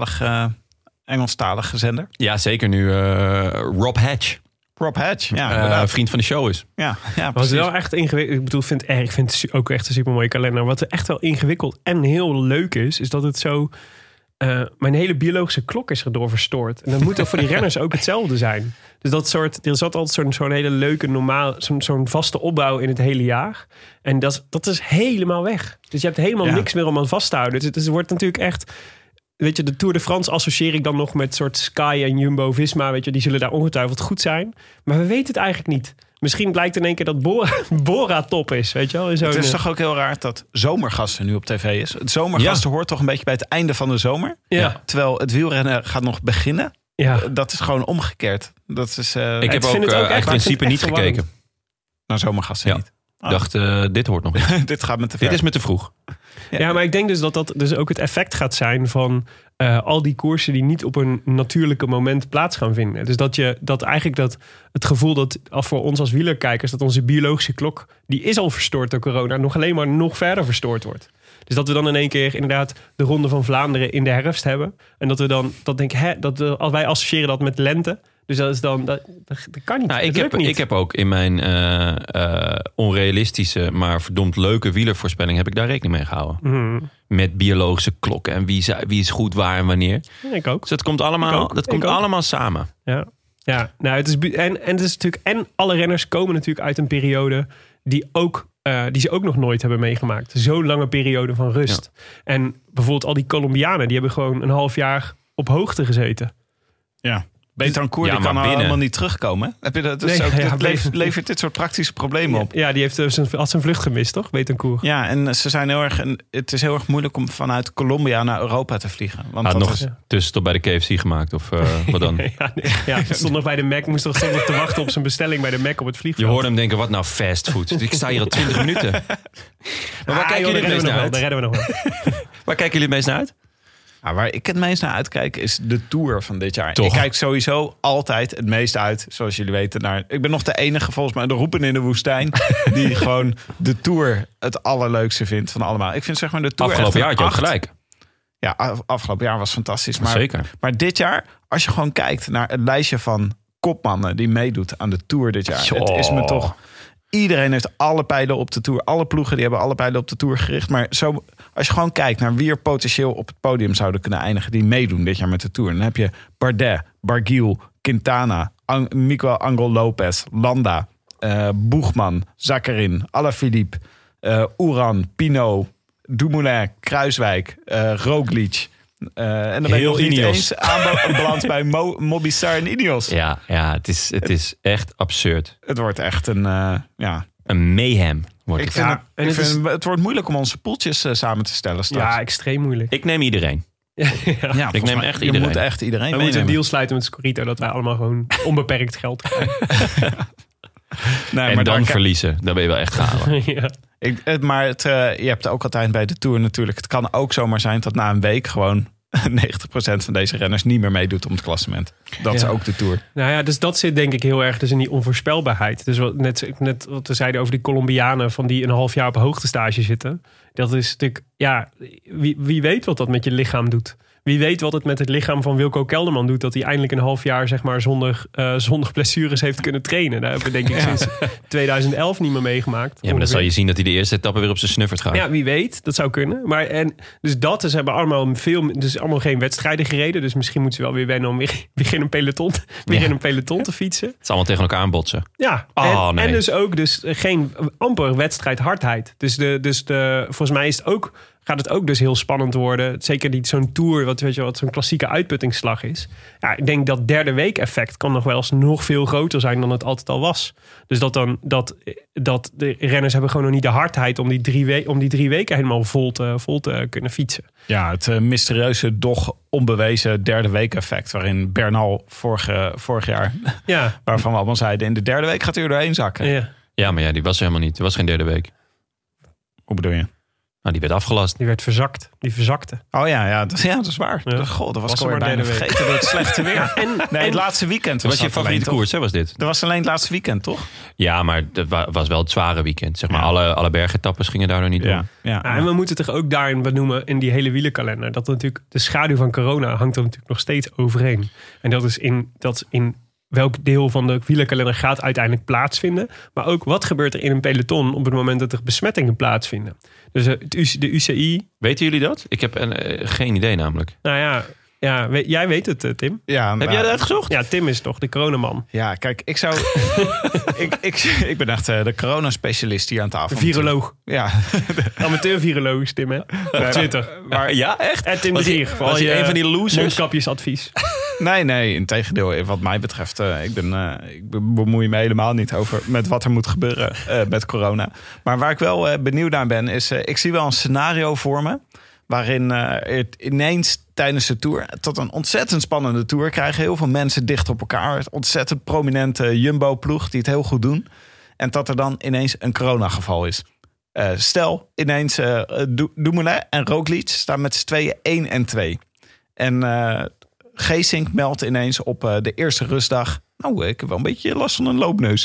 Engelstalige zender? Ja, zeker nu Rob Hatch. Rob Hatch, ja. Vriend van de show is. Ja, wat is wel echt ingewikkeld. Ik bedoel, ik vind het ook echt een super mooie kalender. Wat er echt wel ingewikkeld en heel leuk is dat het zo... mijn hele biologische klok is erdoor verstoord. En dat moet ook voor die renners ook hetzelfde zijn. Dus er zat altijd zo'n hele leuke, normaal, zo'n vaste opbouw in het hele jaar. En dat is helemaal weg. Dus je hebt helemaal niks meer om aan vast te houden. Dus het wordt natuurlijk echt... Weet je, de Tour de France associeer ik dan nog met soort Sky en Jumbo-Visma. Weet je, die zullen daar ongetwijfeld goed zijn. Maar we weten het eigenlijk niet. Misschien blijkt in één keer dat Bora top is. Weet je wel? Het is toch ook heel raar dat Zomergasten nu op tv is. Het Zomergasten hoort toch een beetje bij het einde van de zomer. Ja. Terwijl het wielrennen gaat nog beginnen. Ja. Dat is gewoon omgekeerd. Dat is, ik heb ook uit principe niet gekeken. Naar Zomergasten niet. Ik dacht, dit hoort nog niet. Dit gaat met te ver. Dit is met te vroeg. Ja, maar ik denk dus dat dus ook het effect gaat zijn van al die koersen die niet op een natuurlijke moment plaats gaan vinden. Dus dat het gevoel dat voor ons als wielerkijkers dat onze biologische klok, die is al verstoord door corona, nog alleen maar nog verder verstoord wordt. Dus dat we dan in één keer inderdaad de Ronde van Vlaanderen in de herfst hebben. En dat we dan als wij associëren dat met lente. Dus dat is dan dat kan niet. Nou, ik heb ook in mijn onrealistische, maar verdomd leuke wielervoorspelling heb ik daar rekening mee gehouden. Mm. Met biologische klokken en wie is goed waar en wanneer. Ik ook. Dus dat komt allemaal samen. Ja. Nou, het is het is natuurlijk en alle renners komen natuurlijk uit een periode die ze ook nog nooit hebben meegemaakt. Zo'n lange periode van rust. Ja. En bijvoorbeeld al die Colombianen, die hebben gewoon een half jaar op hoogte gezeten. Ja. Betancourt die kan allemaal niet terugkomen. Heb je dat? Dus levert dit soort praktische problemen op. Ja, die heeft zijn vlucht gemist, toch? Betancourt. Ja, en ze zijn het is heel erg moeilijk om vanuit Colombia naar Europa te vliegen. Want tussenstop bij de KFC gemaakt of wat dan? Stond nog bij de Mac, moest nog te wachten op zijn bestelling bij de Mac op het vliegveld. Je hoorde hem denken, wat nou fastfood? Ik sta hier al 20 minuten. Maar waar kijken jullie het meest naar uit? Daar redden we nog wel. Waar kijken jullie het meest naar uit? Waar ik het meest naar uitkijk is de Tour van dit jaar. Toch? Ik kijk sowieso altijd het meest uit, zoals jullie weten, naar... Ik ben nog de enige, volgens mij, de roepen in de woestijn... die gewoon de Tour het allerleukste vindt van allemaal. Ik vind zeg maar de Tour Afgelopen jaar echt had je ook een gelijk. Ja, afgelopen jaar was fantastisch. Maar, Zeker. Maar dit jaar, als je gewoon kijkt naar het lijstje van kopmannen... die meedoet aan de Tour dit jaar. Joh. Het is me toch... Iedereen heeft alle pijlen op de Tour. Alle ploegen die hebben alle pijlen op de Tour gericht. Maar zo, als je gewoon kijkt naar wie er potentieel op het podium zouden kunnen eindigen... die meedoen dit jaar met de Tour. Dan heb je Bardet, Barguil, Quintana, Miguel Angel Lopez, Landa... Boegman, Zakharin, Alaphilippe, Uran, Pinot, Dumoulin, Kruiswijk, Roglic. En dan ben je Heel nog niet Ineos. eens aanbeland bij Mobistar en Ineos. Ja, het is echt absurd. Het wordt echt een... Een mayhem wordt Ik het. vind, het wordt moeilijk om onze poeltjes samen te stellen straks. Ja, extreem moeilijk. Ik neem iedereen. Ja, Ik neem echt iedereen. Je moet echt iedereen We moeten een meenemen. deal sluiten met Scorito dat wij allemaal gewoon onbeperkt geld krijgen. Nee, En maar dan daar- verliezen. Dan ben je wel echt gehaald. Ja. je hebt ook altijd bij de Tour natuurlijk... Het kan ook zomaar zijn dat na een week gewoon 90% van deze renners niet meer meedoet om het klassement. Dat is Ja. ook de Tour. Nou ja, dus dat zit denk ik heel erg dus in die onvoorspelbaarheid. Dus net wat we zeiden over die Colombianen... van die een half jaar op hoogtestage zitten. Dat is natuurlijk... Ja, wie weet wat dat met je lichaam doet. Wie weet wat het met het lichaam van Wilco Kelderman doet... dat hij eindelijk een half jaar zeg maar, zonder blessures heeft kunnen trainen. Daar hebben we denk ik sinds 2011 niet meer meegemaakt. Ja, maar dan zal je zien dat hij de eerste etappe weer op zijn snuffert gaat. Ja, wie weet. Dat zou kunnen. Maar ze hebben allemaal allemaal geen wedstrijden gereden. Dus misschien moeten ze wel weer wennen om weer in een peloton te fietsen. Het is allemaal tegen elkaar aanbotsen. Ja, Oh, nee. en dus ook geen amper wedstrijdhardheid. Dus volgens mij gaat het ook dus heel spannend worden. Zeker niet zo'n Tour, wat zo'n klassieke uitputtingsslag is. Ja, ik denk dat derde week effect kan nog wel eens nog veel groter zijn dan het altijd al was. Dus dat de renners hebben gewoon nog niet de hardheid om die 3 weken helemaal vol te kunnen fietsen. Ja, het mysterieuze, doch onbewezen derde week effect... waarin Bernal vorig jaar, Ja, waarvan we allemaal zeiden... in de derde week gaat hij er doorheen zakken. ja. Ja, maar ja, die was er helemaal niet. Er was geen derde week. Hoe bedoel je? Nou, die werd afgelast. Die werd verzakt. Die verzakte. Oh ja, dat is waar. Ja. God, dat was Was ik er alweer maar bijna derde week. vergeten door het slechte weer. En Het laatste weekend Dat was je dat favoriete alleen, koers, hè, was dit? toch? Dat was alleen het laatste weekend, toch? Ja, maar dat was wel het zware weekend. Zeg maar, Ja. alle bergetappes gingen daar nog niet door. Ja. Ja, en we moeten toch ook daarin benoemen in die hele wielerkalender... dat natuurlijk de schaduw van corona hangt er natuurlijk nog steeds overheen. En dat is in welk deel van de wielerkalender gaat uiteindelijk plaatsvinden. Maar ook wat gebeurt er in een peloton op het moment dat er besmettingen plaatsvinden. Dus de UCI... Weten jullie dat? Ik heb geen idee namelijk. Nou ja, jij weet het, Tim. Ja, Heb jij dat uitgezocht? Ja, Tim is toch de coronaman. Ja, kijk, ik zou... ik ben echt de coronaspecialist hier aan tafel. De viroloog. Ja. Amateur-viroloog is Tim, hè? Op Twitter. Maar ja, echt? En Tim de Was hij- Gier. was hij een van die losers? Mondkapjesadvies. Nee, integendeel. Wat mij betreft, ik bemoei me helemaal niet met wat er moet gebeuren met corona. Maar waar ik wel benieuwd naar ben, is... ik zie wel een scenario voor me... waarin het ineens tijdens de Tour... tot een ontzettend spannende Tour krijgen. Heel veel mensen dicht op elkaar. Ontzettend prominente Jumbo-ploeg die het heel goed doen. En dat er dan ineens een coronageval is. Stel, ineens Dumoulin en Roglic staan met z'n tweeën 1 en 2. En Geesink meldt ineens op de eerste rustdag... Nou, ik heb wel een beetje last van een loopneus.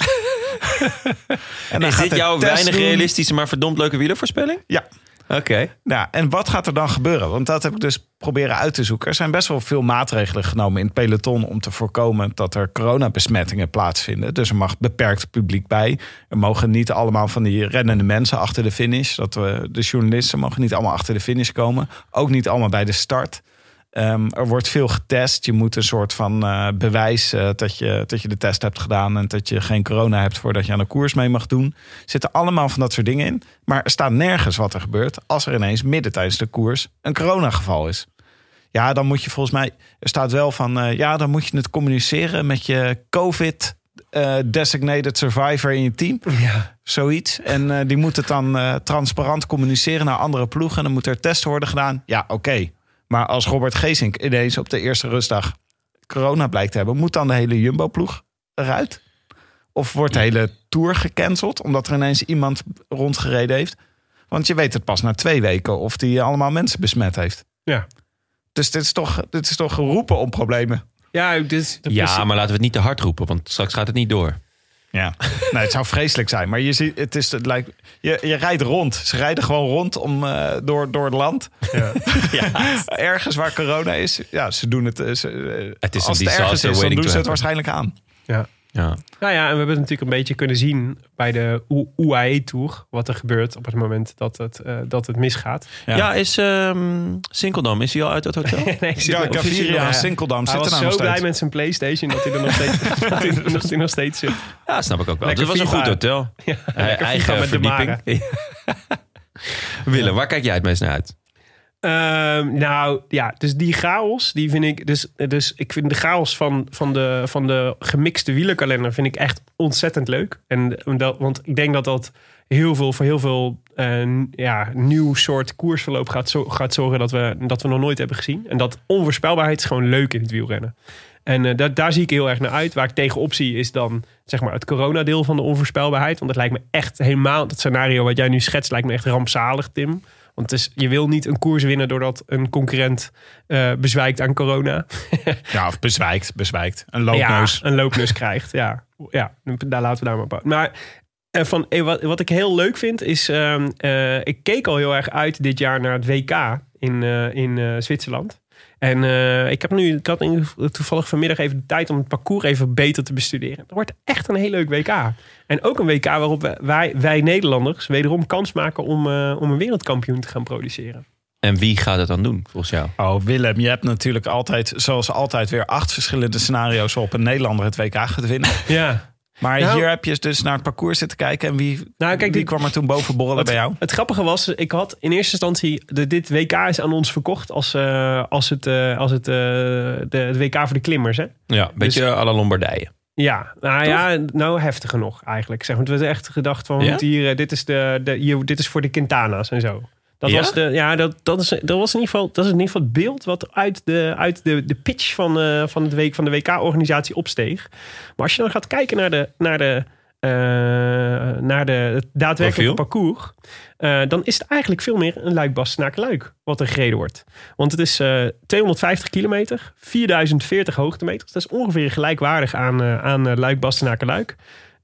En dan Is gaat dit hij jouw test weinig doen. realistische, maar verdomd leuke wielervoorspelling? Ja. Oké. Nou, en wat gaat er dan gebeuren? Want dat heb ik dus proberen uit te zoeken. Er zijn best wel veel maatregelen genomen in het peloton... om te voorkomen dat er coronabesmettingen plaatsvinden. Dus er mag beperkt publiek bij. Er mogen niet allemaal van die rennende mensen achter de finish. De journalisten mogen niet allemaal achter de finish komen. Ook niet allemaal bij de start. Er wordt veel getest. Je moet een soort van bewijs dat je de test hebt gedaan... en dat je geen corona hebt voordat je aan de koers mee mag doen. Er zitten allemaal van dat soort dingen in. Maar er staat nergens wat er gebeurt... als er ineens midden tijdens de koers een coronageval is. Ja, dan moet je volgens mij... Er staat wel van... dan moet je het communiceren met je COVID... designated survivor in je team. Ja. Zoiets. En die moet het dan transparant communiceren naar andere ploegen... en dan moet er testen worden gedaan. Ja, oké. Maar als Robert Geesink ineens op de eerste rustdag corona blijkt te hebben... moet dan de hele Jumbo-ploeg eruit? Of wordt de hele Tour gecanceld... omdat er ineens iemand rondgereden heeft? Want je weet het pas na 2 weken... of die allemaal mensen besmet heeft. Ja. Dus dit is toch roepen om problemen. Ja, Ja, maar laten we het niet te hard roepen, want straks gaat het niet door. Ja, nee, het zou vreselijk zijn. Maar je ziet, het lijkt, je rijdt rond. Ze rijden gewoon rond door het land. Ja. Ergens waar corona is. Ja, ze doen het. Het is als een het ergens disaster is, dan waiting doen to ze het happen. waarschijnlijk aan. Ja. Ja. Nou ja, en we hebben het natuurlijk een beetje kunnen zien bij de UAE-tour. Wat er gebeurt op het moment dat het misgaat. Ja, is Sinkeldam, is hij al uit het hotel? Nee, Gaviria Sinkeldam hij zit er was nou zo nog blij steeds. met zijn PlayStation dat hij er nog steeds, dat hij nog steeds zit. Ja, snap ik ook wel. Lekker Het was een FIFA. goed hotel. Ja, lekker FIFA Eigen met de verdieping. Willem, waar kijk jij het meest naar uit? Nou ja, dus die chaos, die vind ik. Dus ik vind de chaos van de gemixte wielerkalender vind ik echt ontzettend leuk. Want ik denk dat voor heel veel nieuw soort koersverloop gaat zorgen dat we nog nooit hebben gezien. En dat onvoorspelbaarheid is gewoon leuk in het wielrennen. En daar zie ik heel erg naar uit. Waar ik tegenop zie is dan zeg maar het coronadeel van de onvoorspelbaarheid. Want dat lijkt me echt helemaal, dat scenario wat jij nu schetst, lijkt me echt rampzalig, Tim. Want je wil niet een koers winnen doordat een concurrent bezwijkt aan corona. Ja, of bezwijkt. Een loopneus. Ja, een loopneus krijgt. Ja, daar laten we daar maar op. Maar wat ik heel leuk vind is, ik keek al heel erg uit dit jaar naar het WK in Zwitserland. En ik had toevallig vanmiddag even de tijd om het parcours even beter te bestuderen. Het wordt echt een heel leuk WK. En ook een WK waarop wij Nederlanders wederom kans maken om een wereldkampioen te gaan produceren. En wie gaat het dan doen, volgens jou? Oh, Willem, je hebt natuurlijk altijd, zoals altijd, weer 8 verschillende scenario's op een Nederlander het WK gaat winnen. Ja. Maar Nou, hier heb je dus naar het parcours zitten kijken. En wie dit kwam er toen boven borrelen bij jou? Het grappige was, ik had in eerste instantie... Dit WK is aan ons verkocht als het WK voor de klimmers. Hè? Ja, een beetje à la Lombardije. Ja, nou heftiger nog eigenlijk. Zeg, want we hebben echt gedacht van, dit is voor de Quintana's en zo. Dat is in ieder geval het beeld wat uit de pitch van de WK-organisatie opsteeg. Maar als je dan gaat kijken naar het daadwerkelijke parcours, dan is het eigenlijk veel meer een Luik-Bastenaken-Luik wat er gereden wordt. Want het is 250 kilometer, 4040 hoogtemeters. Dat is ongeveer gelijkwaardig aan Luik-Bastenaken-Luik.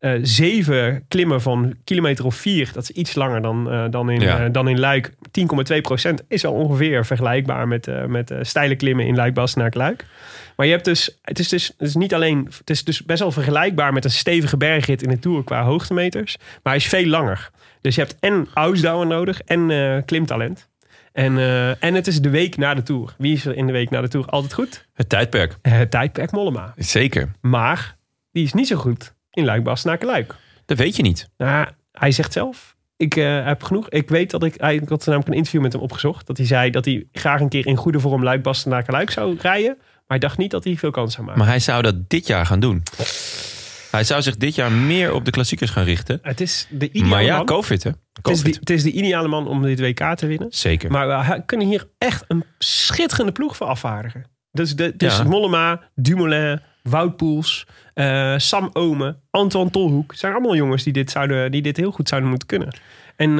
7 klimmen van kilometer of 4, dat is iets langer dan in Luik. 10,2% is al ongeveer vergelijkbaar met steile klimmen in Luik-Bastenaken-Luik. Maar je hebt het is dus best wel vergelijkbaar met een stevige bergrit in de Tour qua hoogtemeters. Maar hij is veel langer. Dus je hebt en Ausdauer nodig en klimtalent. En het is de week na de Tour. Wie is er in de week na de Tour altijd goed? Het tijdperk. Het tijdperk Mollema. Zeker. Maar die is niet zo goed in Luik-Bastenaken-Luik. Dat weet je niet. Nou, hij zegt zelf, ik heb genoeg. Ik weet ik had namelijk een interview met hem opgezocht. Dat hij zei dat hij graag een keer in goede vorm Luik-Bastenaken-Luik zou rijden. Maar hij dacht niet dat hij veel kans zou maken. Maar hij zou dat dit jaar gaan doen. Hij zou zich dit jaar meer op de klassiekers gaan richten. Het is de ideale Maar ja, man. COVID hè. Het is de ideale man om dit WK te winnen. Zeker. Maar we kunnen hier echt een schitterende ploeg voor afvaardigen. Dus Mollema, Dumoulin, Wout Poels, Sam Omen, Antoine Tolhoek. Het zijn allemaal jongens die dit heel goed zouden moeten kunnen. En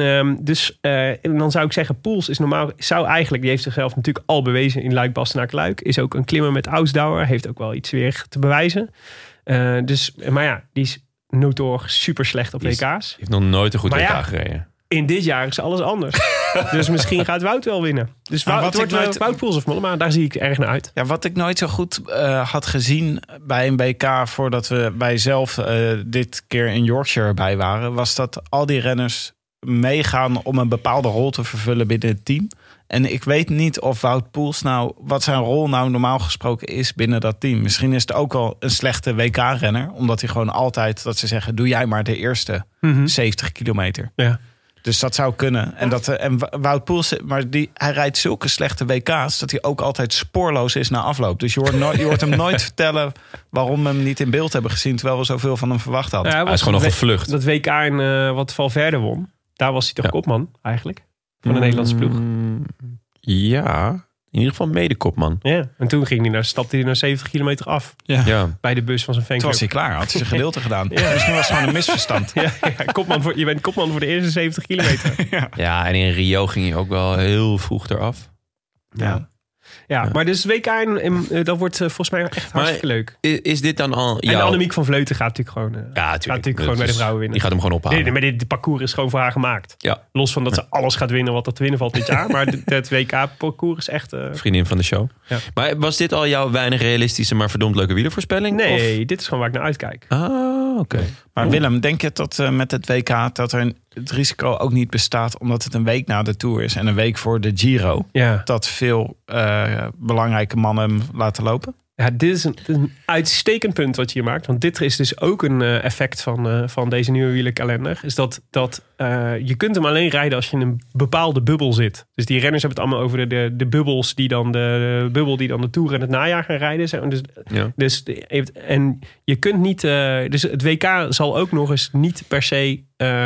dan zou ik zeggen, Poels is normaal, die heeft zichzelf natuurlijk al bewezen in Luik-Bastenaken-Luik. Is ook een klimmer met Ausdauer, heeft ook wel iets weer te bewijzen. Maar ja, die is notoor super slecht op WK's. Heeft nog nooit een goed Maar WK ja, gereden. In dit jaar is alles anders. Dus misschien gaat Wout wel winnen. Dus Wout Poels of Mollema, daar zie ik erg naar uit. Ja, wat ik nooit zo goed had gezien bij een WK voordat we bij zelf dit keer in Yorkshire bij waren, was dat al die renners meegaan om een bepaalde rol te vervullen binnen het team. En ik weet niet of Wout Poels wat zijn rol nou normaal gesproken is binnen dat team. Misschien is het ook wel een slechte WK-renner, omdat hij gewoon altijd, dat ze zeggen, doe jij maar de eerste 70 kilometer. Ja. Dus dat zou kunnen. En Wout Poels, maar hij rijdt zulke slechte WK's dat hij ook altijd spoorloos is na afloop. Dus je hoort hem nooit vertellen waarom we hem niet in beeld hebben gezien, terwijl we zoveel van hem verwacht hadden. Hij is gewoon nog gevlucht. Dat WK wat Valverde won, daar was hij toch kopman eigenlijk? Van de Nederlandse ploeg. Ja, in ieder geval mede-kopman. Ja, en toen stapte hij naar 70 kilometer af. Ja. Bij de bus van zijn fanclub. Toen was hij klaar, had hij zijn gedeelte gedaan. Ja. Misschien was het gewoon een misverstand. Je bent kopman voor de eerste 70 kilometer. Ja, en in Rio ging hij ook wel heel vroeg eraf. Ja. Ja, maar dus WK, dat wordt volgens mij echt hartstikke leuk. Is dit dan al... En Annemiek van Vleuten gaat natuurlijk gewoon, gewoon bij de vrouwen winnen. Die gaat hem gewoon ophalen. Nee, maar dit parcours is gewoon voor haar gemaakt. Ja. Los van dat ze alles gaat winnen wat er te winnen valt dit jaar. Maar het WK-parcours is echt... Vriendin van de show. Ja. Maar was dit al jouw weinig realistische, maar verdomd leuke wielervoorspelling? Nee, dit is gewoon waar ik naar uitkijk. Oké. Maar Willem, denk je dat met het WK dat er het risico ook niet bestaat, omdat het een week na de Tour is en een week voor de Giro, dat veel belangrijke mannen hem laten lopen? Ja, dit is een uitstekend punt wat je hier maakt. Want dit is dus ook een effect van deze nieuwe wielerkalender. Is dat je kunt hem alleen rijden als je in een bepaalde bubbel zit. Dus die renners hebben het allemaal over de bubbels die dan de bubbel die dan de Tour en het najaar gaan rijden. Dus en je kunt niet... dus het WK zal ook nog eens niet per se...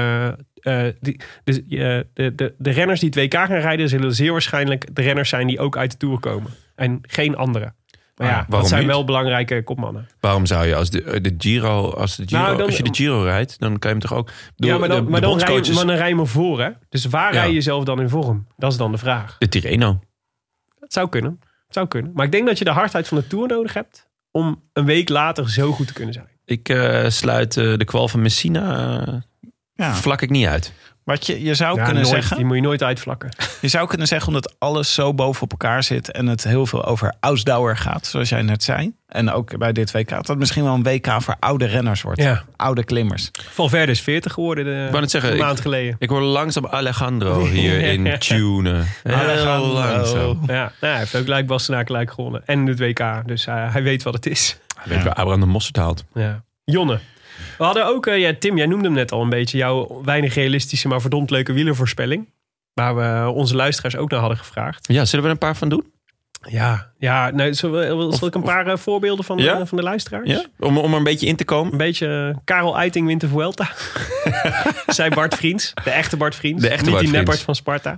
de renners die het WK gaan rijden zullen zeer waarschijnlijk de renners zijn die ook uit de Tour komen. En geen andere. Maar ja, dat zijn wel belangrijke kopmannen. Waarom zou je als de Giro, als je de Giro rijdt, dan kan je hem toch ook... Maar dan rij je me voor, hè? Dus waar rij je jezelf dan in vorm? Dat is dan de vraag. De Tirreno. Dat zou kunnen. Maar ik denk dat je de hardheid van de Tour nodig hebt om een week later zo goed te kunnen zijn. Ik sluit de kwal van Messina vlak ik niet uit. Wat je zou kunnen zeggen... Die moet je nooit uitvlakken. Je zou kunnen zeggen, omdat alles zo boven op elkaar zit en het heel veel over Ausdauer gaat, zoals jij net zei. En ook bij dit WK, dat het misschien wel een WK voor oude renners wordt. Ja. Oude klimmers. Valverde is 40 geworden een maand geleden. Ik hoor langzaam Alejandro hier in tunen. Heel langzaam. Ja, hij heeft ook Luik Bastenaken Luik gewonnen. En het WK, dus hij weet wat het is. Hij weet waar Abraham de Mosterd haalt. Ja. Jonne. We hadden ook, Tim, jij noemde hem net al een beetje, jouw weinig realistische, maar verdomd leuke wielervoorspelling. Waar we onze luisteraars ook naar hadden gevraagd. Ja, zullen we er een paar van doen? Ja, nou, zal ik een paar voorbeelden van de luisteraars? Ja? Om er een beetje in te komen? Een beetje Karel Eiting wint de Vuelta. Zei Bart Vriends. De echte Bart Vriends. Niet die neppert van Sparta.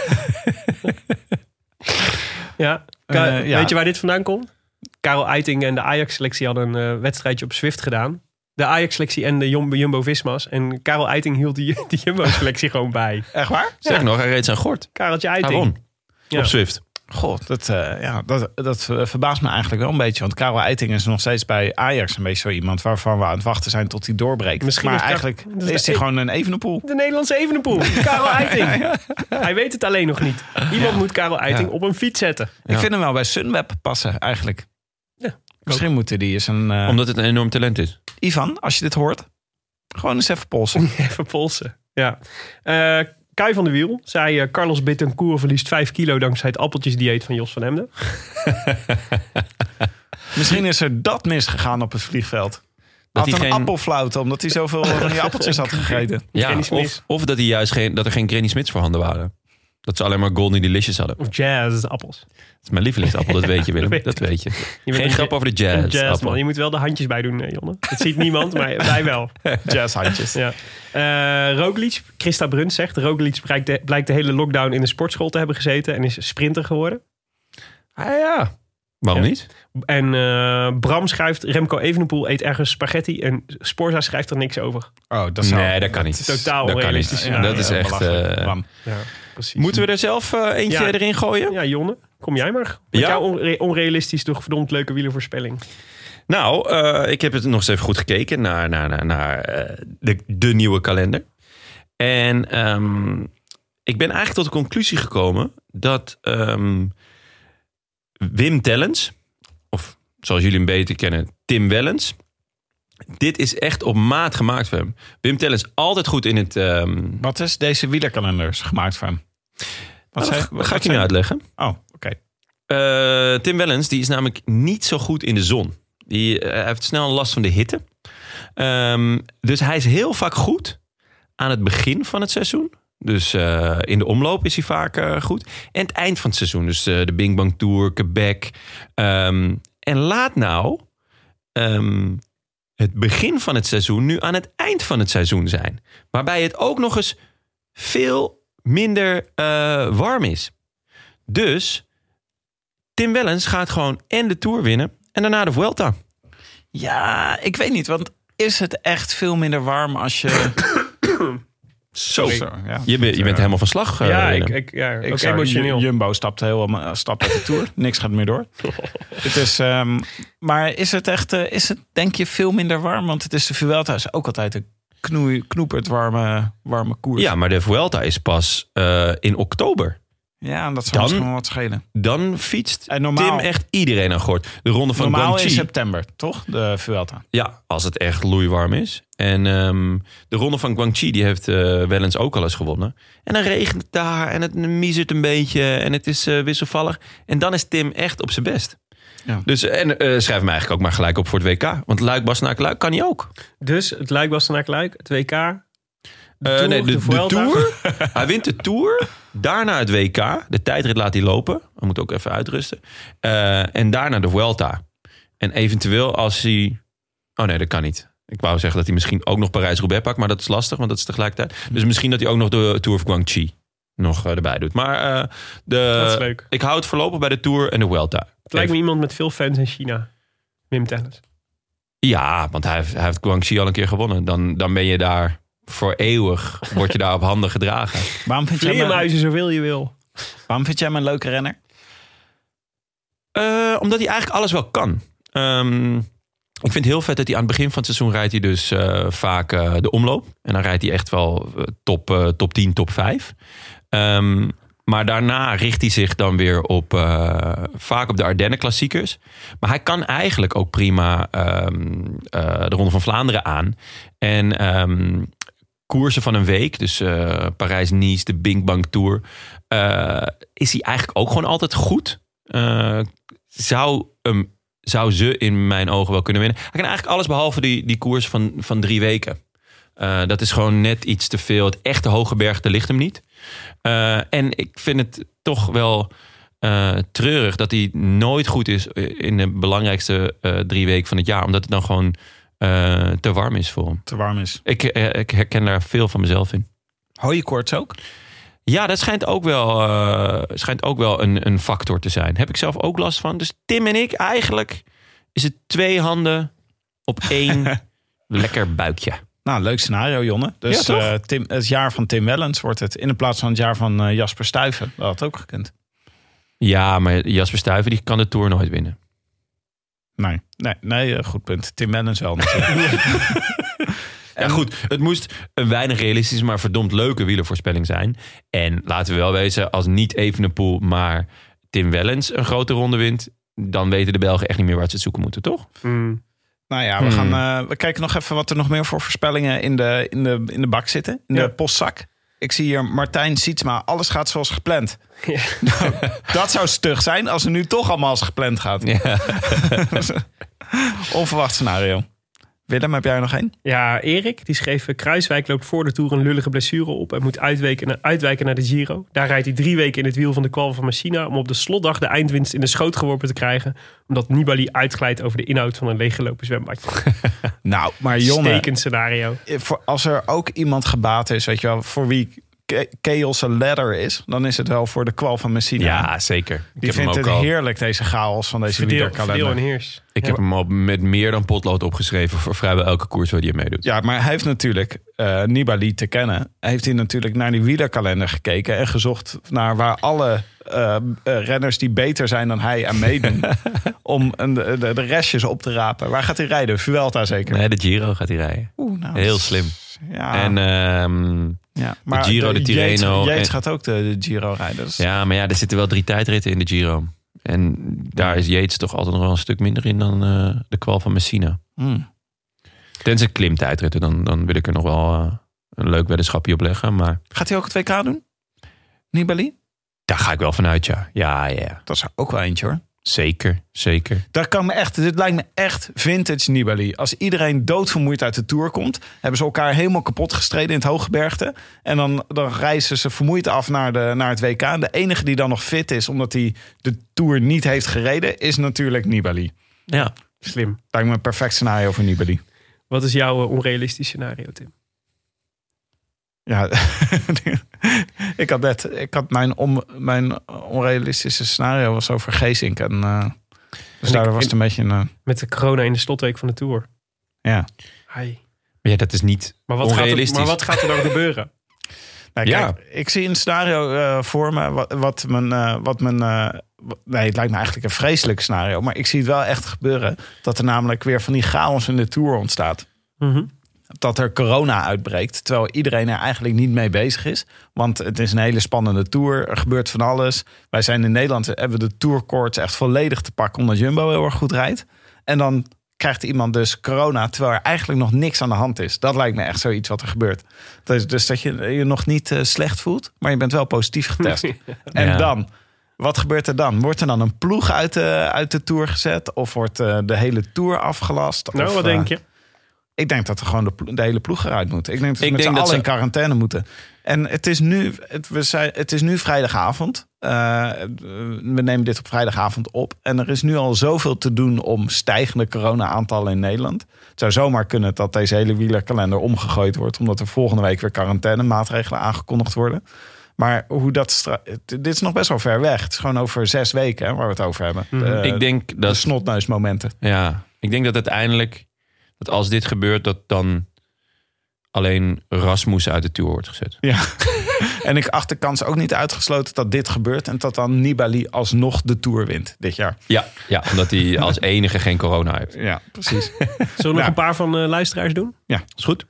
Weet je waar dit vandaan komt? Karel Eiting en de Ajax-selectie hadden een wedstrijdje op Zwift gedaan. De Ajax-selectie en de Jumbo-Visma's. En Karel Eiting hield die Jumbo-selectie gewoon bij. Echt waar? Zeg nog, hij reed zijn gort. Kareltje Eiting. Op Zwift. God, dat verbaast me eigenlijk wel een beetje. Want Karel Eiting is nog steeds bij Ajax een beetje zo iemand waarvan we aan het wachten zijn tot hij doorbreekt. Maar eigenlijk is hij gewoon een Evenepoel. De Nederlandse Evenepoel. Karel Eiting. Hij weet het alleen nog niet. Iemand moet Karel Eiting op een fiets zetten. Ik vind hem wel bij Sunweb passen eigenlijk. Ja, misschien moeten die eens een... Omdat het een enorm talent is. Ivan, als je dit hoort, gewoon eens even polsen. Even polsen, ja. Kai van der Wiel zei... Carlos Betancourt verliest 5 kilo dankzij het appeltjesdieet van Jos van Hemden. Misschien is er dat misgegaan op het vliegveld. Dat hij een appelflauwte, omdat hij zoveel van die appeltjes had gegeten. Ja, of dat hij juist dat er geen Granny Smiths voorhanden waren. Dat ze alleen maar Golden Delicious hadden. Of jazz appels. Dat is mijn lievelingsappel, dat weet je, Willem. Dat weet je. Geen grap over de jazz man. Je moet wel de handjes bij doen, Jonne. Dat ziet niemand, maar wij wel. Jazzhandjes. Ja. Roglic, Christa Bruns zegt... Roglic blijkt de hele lockdown in de sportschool te hebben gezeten... en is sprinter geworden. Ja. Waarom niet? En Bram schrijft... Remco Evenepoel eet ergens spaghetti... en Sporza schrijft er niks over. Oh, dat kan niet. Totaal onrealistisch. Ja, dat is echt... Precies. Moeten we er zelf eentje erin gooien? Ja, Jonne, kom jij maar. Met jouw onrealistisch toch verdomd leuke wielervoorspelling. Nou, ik heb het nog eens even goed gekeken naar de nieuwe kalender. En ik ben eigenlijk tot de conclusie gekomen dat Wim Tellens, of zoals jullie hem beter kennen, Tim Wellens, dit is echt op maat gemaakt voor hem. Wim Tellens altijd goed in het... Wat is deze wielerkalender gemaakt voor hem? Wat ga ik je nu uitleggen. Oh, oké. Tim Wellens die is namelijk niet zo goed in de zon. Hij heeft snel last van de hitte. Dus hij is heel vaak goed aan het begin van het seizoen. Dus in de omloop is hij vaak goed. En het eind van het seizoen. Dus de Bing Bang Tour, Quebec. En laat nou het begin van het seizoen nu aan het eind van het seizoen zijn. Waarbij het ook nog eens veel minder warm is. Dus Tim Wellens gaat gewoon en de Tour winnen en daarna de Vuelta. Ja, ik weet niet, want is het echt veel minder warm als je Zo. Ja. Je bent helemaal van slag. Willem. Ik ook zou- emotioneel. Jumbo stapt uit de Tour. Niks gaat meer door. Het is, maar is het echt, denk je, veel minder warm? Want het is de Vuelta is ook altijd een knoeperd warme koers. Ja, maar de Vuelta is pas in oktober. Ja, en dat zou misschien wel wat schelen. Dan fietst En normaal- Tim echt iedereen aan gort. De ronde van Normaal in Guangxi. september, toch? De Vuelta. Ja, als het echt loeiwarm is. En de ronde van Guangxi, die heeft Wellens ook al eens gewonnen. En dan regent het daar en het miezert een beetje en het is wisselvallig. En dan is Tim echt op zijn best. Ja. Dus schrijf hem eigenlijk ook maar gelijk op voor het WK. Want Luik-Bastenaken-Luik kan hij ook. Dus het Luik-Bastenaken-Luik, het WK. De Vuelta. Tour. Hij wint de Tour. Daarna het WK. De tijdrit laat hij lopen. Hij moet ook even uitrusten. En daarna de Vuelta. En eventueel als hij... Oh nee, dat kan niet. Ik wou zeggen dat hij misschien ook nog Parijs-Roubaix pakt. Maar dat is lastig, want dat is tegelijkertijd. Dus misschien dat hij ook nog de Tour of Guangxi nog erbij doet. Maar Dat is leuk. ik hou het voorlopig bij de Tour en de Vuelta. Het lijkt me iemand met veel fans in China. Wim Tellens. Ja, want hij heeft Guangxi al een keer gewonnen. Dan ben je daar voor eeuwig. Word je daar op handen gedragen. Waarom vind jij Vleermuizen zoveel je wil. hem een leuke renner? Omdat hij eigenlijk alles wel kan. Ik vind het heel vet dat hij aan het begin van het seizoen rijdt hij dus vaak de omloop. En dan rijdt hij echt wel top 10, top 5. Maar daarna richt hij zich dan weer op vaak op de Ardennen klassiekers. Maar hij kan eigenlijk ook prima de Ronde van Vlaanderen aan. En koersen van een week, dus Parijs-Nice, de Bing Bang Tour, is hij eigenlijk ook gewoon altijd goed. Zou ze in mijn ogen wel kunnen winnen. Hij kan eigenlijk alles behalve die koers van 3 weken. Dat is gewoon net iets te veel. Het echte hoge berg, ligt hem niet. En ik vind het toch wel treurig dat hij nooit goed is in de belangrijkste 3 weken van het jaar. Omdat het dan gewoon te warm is voor hem. Te warm is. Ik herken daar veel van mezelf in. Hooikoorts ook? Ja, dat schijnt ook wel een factor te zijn. Heb ik zelf ook last van. Dus Tim en ik, eigenlijk is het 2 handen op 1 lekker buikje. Nou, leuk scenario, Jonne. Dus Ja, het jaar van Tim Wellens wordt het in de plaats van het jaar van Jasper Stuyven. Dat had ook gekund. Ja, maar Jasper Stuyven die kan de Tour nooit winnen. Nee, goed punt. Tim Wellens wel natuurlijk. Ja goed, het moest een weinig realistische, maar verdomd leuke wielervoorspelling zijn. En laten we wel wezen, als niet Evenepoel, maar Tim Wellens een grote ronde wint, dan weten de Belgen echt niet meer waar ze het zoeken moeten, toch? Nou ja, we kijken nog even wat er nog meer voor voorspellingen in de bak zitten. In de postzak. Ik zie hier Martijn Sietsma. Alles gaat zoals gepland. Ja. Nou, dat zou stug zijn als het nu toch allemaal als gepland gaat. Ja. Onverwacht scenario. Willem, heb jij er nog één? Ja, Erik, die schreef... Kruiswijk loopt voor de Tour een lullige blessure op... en moet uitwijken naar de Giro. Daar rijdt hij 3 weken in het wiel van de kwal van Messina... om op de slotdag de eindwinst in de schoot geworpen te krijgen... omdat Nibali uitglijdt over de inhoud van een leeggelopen zwembadje. Nou, maar Jonne... Stekend scenario. Als er ook iemand gebaat is, weet je wel... voor wie chaos een ladder is... dan is het wel voor de kwal van Messina. Ja, zeker. Die vindt het heerlijk, deze chaos van deze Verdeel wielerkalender. en heers. Ik heb hem al met meer dan potlood opgeschreven voor vrijwel elke koers waar hij meedoet. Ja, maar hij heeft natuurlijk Nibali te kennen. Heeft hij natuurlijk naar die wielerkalender gekeken... en gezocht naar waar alle renners die beter zijn dan hij aan meedoen... om de restjes op te rapen. Waar gaat hij rijden? Vuelta zeker? Nee, de Giro gaat hij rijden. Nou, Heel slim. Ja, En ja. Maar de Giro, de Tirreno. Yates gaat ook de Giro rijden. Dus... Ja, maar ja, er zitten wel 3 tijdritten in de Giro. En daar is Yates toch altijd nog wel een stuk minder in dan de kwal van Messina. Tenzij klimtijdritten, dan wil ik er nog wel een leuk weddenschapje op leggen. Maar Gaat hij ook het WK doen? Nibali? daar ga ik wel vanuit, ja. Ja. Dat is er ook wel eentje, hoor. Zeker. Dit lijkt me echt vintage Nibali. Als iedereen doodvermoeid uit de Tour komt... hebben ze elkaar helemaal kapot gestreden in het hooggebergte. En dan reizen ze vermoeid af naar het WK. En de enige die dan nog fit is, omdat hij de Tour niet heeft gereden... is natuurlijk Nibali. Ja. Slim. Lijkt me een perfect scenario voor Nibali. Wat is jouw onrealistisch scenario, Tim? Ja, ik had mijn onrealistische scenario was over Geesink. En dus daardoor was het een beetje een... Met de corona in de slotweek van de Tour. ja. Hai. Maar ja, dat is niet Maar onrealistisch. wat gaat er dan gebeuren? Nee, kijk, ik zie een scenario voor me. Het lijkt me eigenlijk een vreselijk scenario. Maar ik zie het wel echt gebeuren. Dat er namelijk weer van die chaos in de Tour ontstaat. Mm-hmm. Dat er corona uitbreekt. Terwijl iedereen er eigenlijk niet mee bezig is. Want het is een hele spannende Tour. Er gebeurt van alles. Wij zijn in Nederland, hebben de Tourkoorts echt volledig te pakken. Omdat Jumbo heel erg goed rijdt. En dan krijgt iemand dus corona, terwijl er eigenlijk nog niks aan de hand is. Dat lijkt me echt zoiets wat er gebeurt. Dus dat je je nog niet slecht voelt, maar je bent wel positief getest. En dan, wat gebeurt er dan? Wordt er dan een ploeg uit de Tour gezet? Of wordt de hele Tour afgelast? Nou, of, wat denk je? Ik denk dat er gewoon de hele ploeg eruit moet. Ik denk dat ze met z'n allen in quarantaine moeten. En het is nu vrijdagavond. We nemen dit op vrijdagavond op. En er is nu al zoveel te doen om stijgende corona-aantallen in Nederland. Het zou zomaar kunnen dat deze hele wielerkalender omgegooid wordt. Omdat er volgende week weer quarantainemaatregelen aangekondigd worden. Maar dit is nog best wel ver weg. Het is gewoon over 6 weken waar we het over hebben. Ik denk dat de snotneusmomenten. Ja, ik denk dat uiteindelijk, dat als dit gebeurt, dat dan alleen Rasmussen uit de Tour wordt gezet. Ja. En ik acht de kans ook niet uitgesloten dat dit gebeurt. En dat dan Nibali alsnog de Tour wint dit jaar. Ja, omdat hij als enige geen corona heeft. Ja, precies. Zullen we nog een paar van de luisteraars doen? Ja, is goed.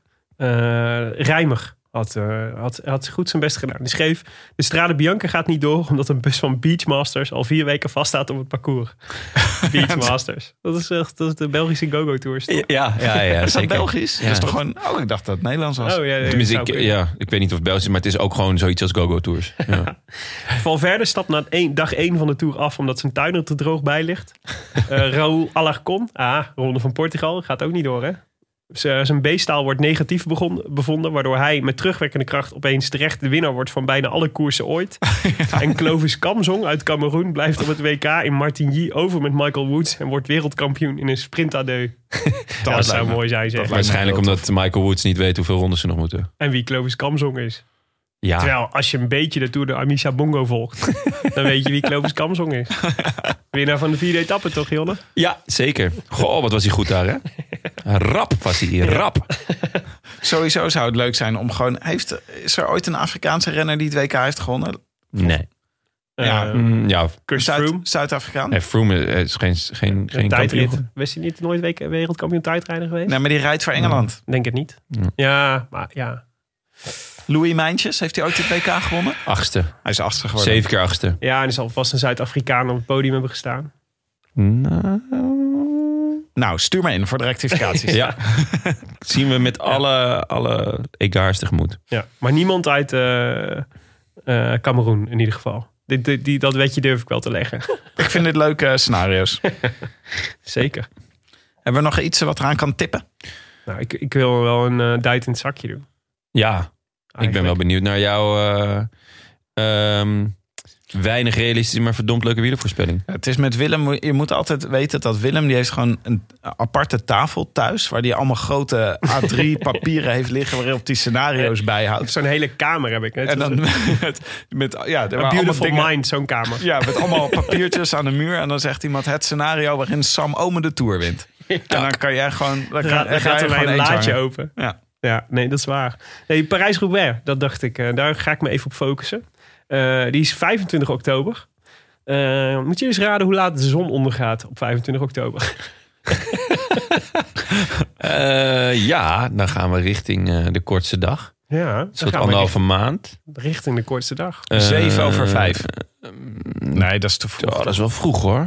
Rijmer had goed zijn best gedaan. Die schreef: de Strade Bianca gaat niet door omdat een bus van Beachmasters al 4 weken vaststaat op het parcours. Beachmasters. Dat is de Belgische Go-Go Tours. Ja, is dat zeker. Belgisch? Ja. Dat is toch gewoon... Oh, ik dacht dat het Nederlands was. Oh, ja, Tenminste, ik weet niet of het Belgisch is, maar het is ook gewoon zoiets als Go-Go Tours. Ja. Valverde stapt na dag 1 van de Tour af omdat zijn tuin er te droog bij ligt. Raúl Alarcon, Ronde van Portugal, gaat ook niet door, hè? Zijn B-staal wordt negatief bevonden, waardoor hij met terugwerkende kracht opeens terecht de winnaar wordt van bijna alle koersen ooit. En Clovis Kamzong uit Cameroen blijft op het WK in Martigny over met Michael Woods en wordt wereldkampioen in een sprint à deux. Dat zou mooi zijn, zeg. Waarschijnlijk omdat Michael Woods niet weet hoeveel rondes ze nog moeten. En wie Clovis Kamzong is. Ja. Terwijl als je een beetje de Tour de Amisha Bongo volgt, dan weet je wie Clovis Kamzong is. Winnaar van de 4e etappe, toch, Jonne? Ja, zeker. Goh, wat was hij goed daar, hè? Rap was hij, rap. Sowieso zou het leuk zijn om gewoon... Is er ooit een Afrikaanse renner die het WK heeft gewonnen? Nee. Chris Froome. Zuid-Afrikaan. Nee, Froome is geen tijdrit. Was hij niet nooit wereldkampioen tijdrijder geweest? Nee, maar die rijdt voor Engeland. Denk het niet. Ja, maar ja... Louis Mijntjes, heeft hij ooit het WK gewonnen? 8e. Hij is 8e geworden. 7 keer 8e. Ja, en er zal vast een Zuid-Afrikaan op het podium hebben gestaan. Nou, stuur maar in voor de rectificaties. Ja. Zien we met alle egaars tegemoet. Ja, maar niemand uit Cameroen in ieder geval. Dat wetje durf ik wel te leggen. Ik vind dit leuke scenario's. Zeker. Hebben we nog iets wat eraan kan tippen? Nou, ik wil wel een duit in het zakje doen. Ja, ik ben wel benieuwd naar jouw weinig realistische, maar verdomd leuke wielervoorspelling. Het is met Willem, je moet altijd weten dat Willem, die heeft gewoon een aparte tafel thuis, waar hij allemaal grote A3 papieren heeft liggen waarop die scenario's bijhoudt. Zo'n hele kamer heb ik. En dan met A Beautiful Mind, zo'n kamer. Ja, met allemaal papiertjes aan de muur. En dan zegt iemand het scenario waarin Sam Omen de Tour wint. Ja. En dan kan jij gewoon... Dan gaat er een laadje open. Ja, nee, dat is waar. Nee, Parijs-Roubaix, dat dacht ik. Daar ga ik me even op focussen. Die is 25 oktober. Moet je eens raden hoe laat de zon ondergaat op 25 oktober? Dan gaan we richting de kortste dag. Ja, een soort 1,5 maand. Richting de kortste dag. 7:05. Nee, dat is te vroeg. Dat is wel vroeg, hoor.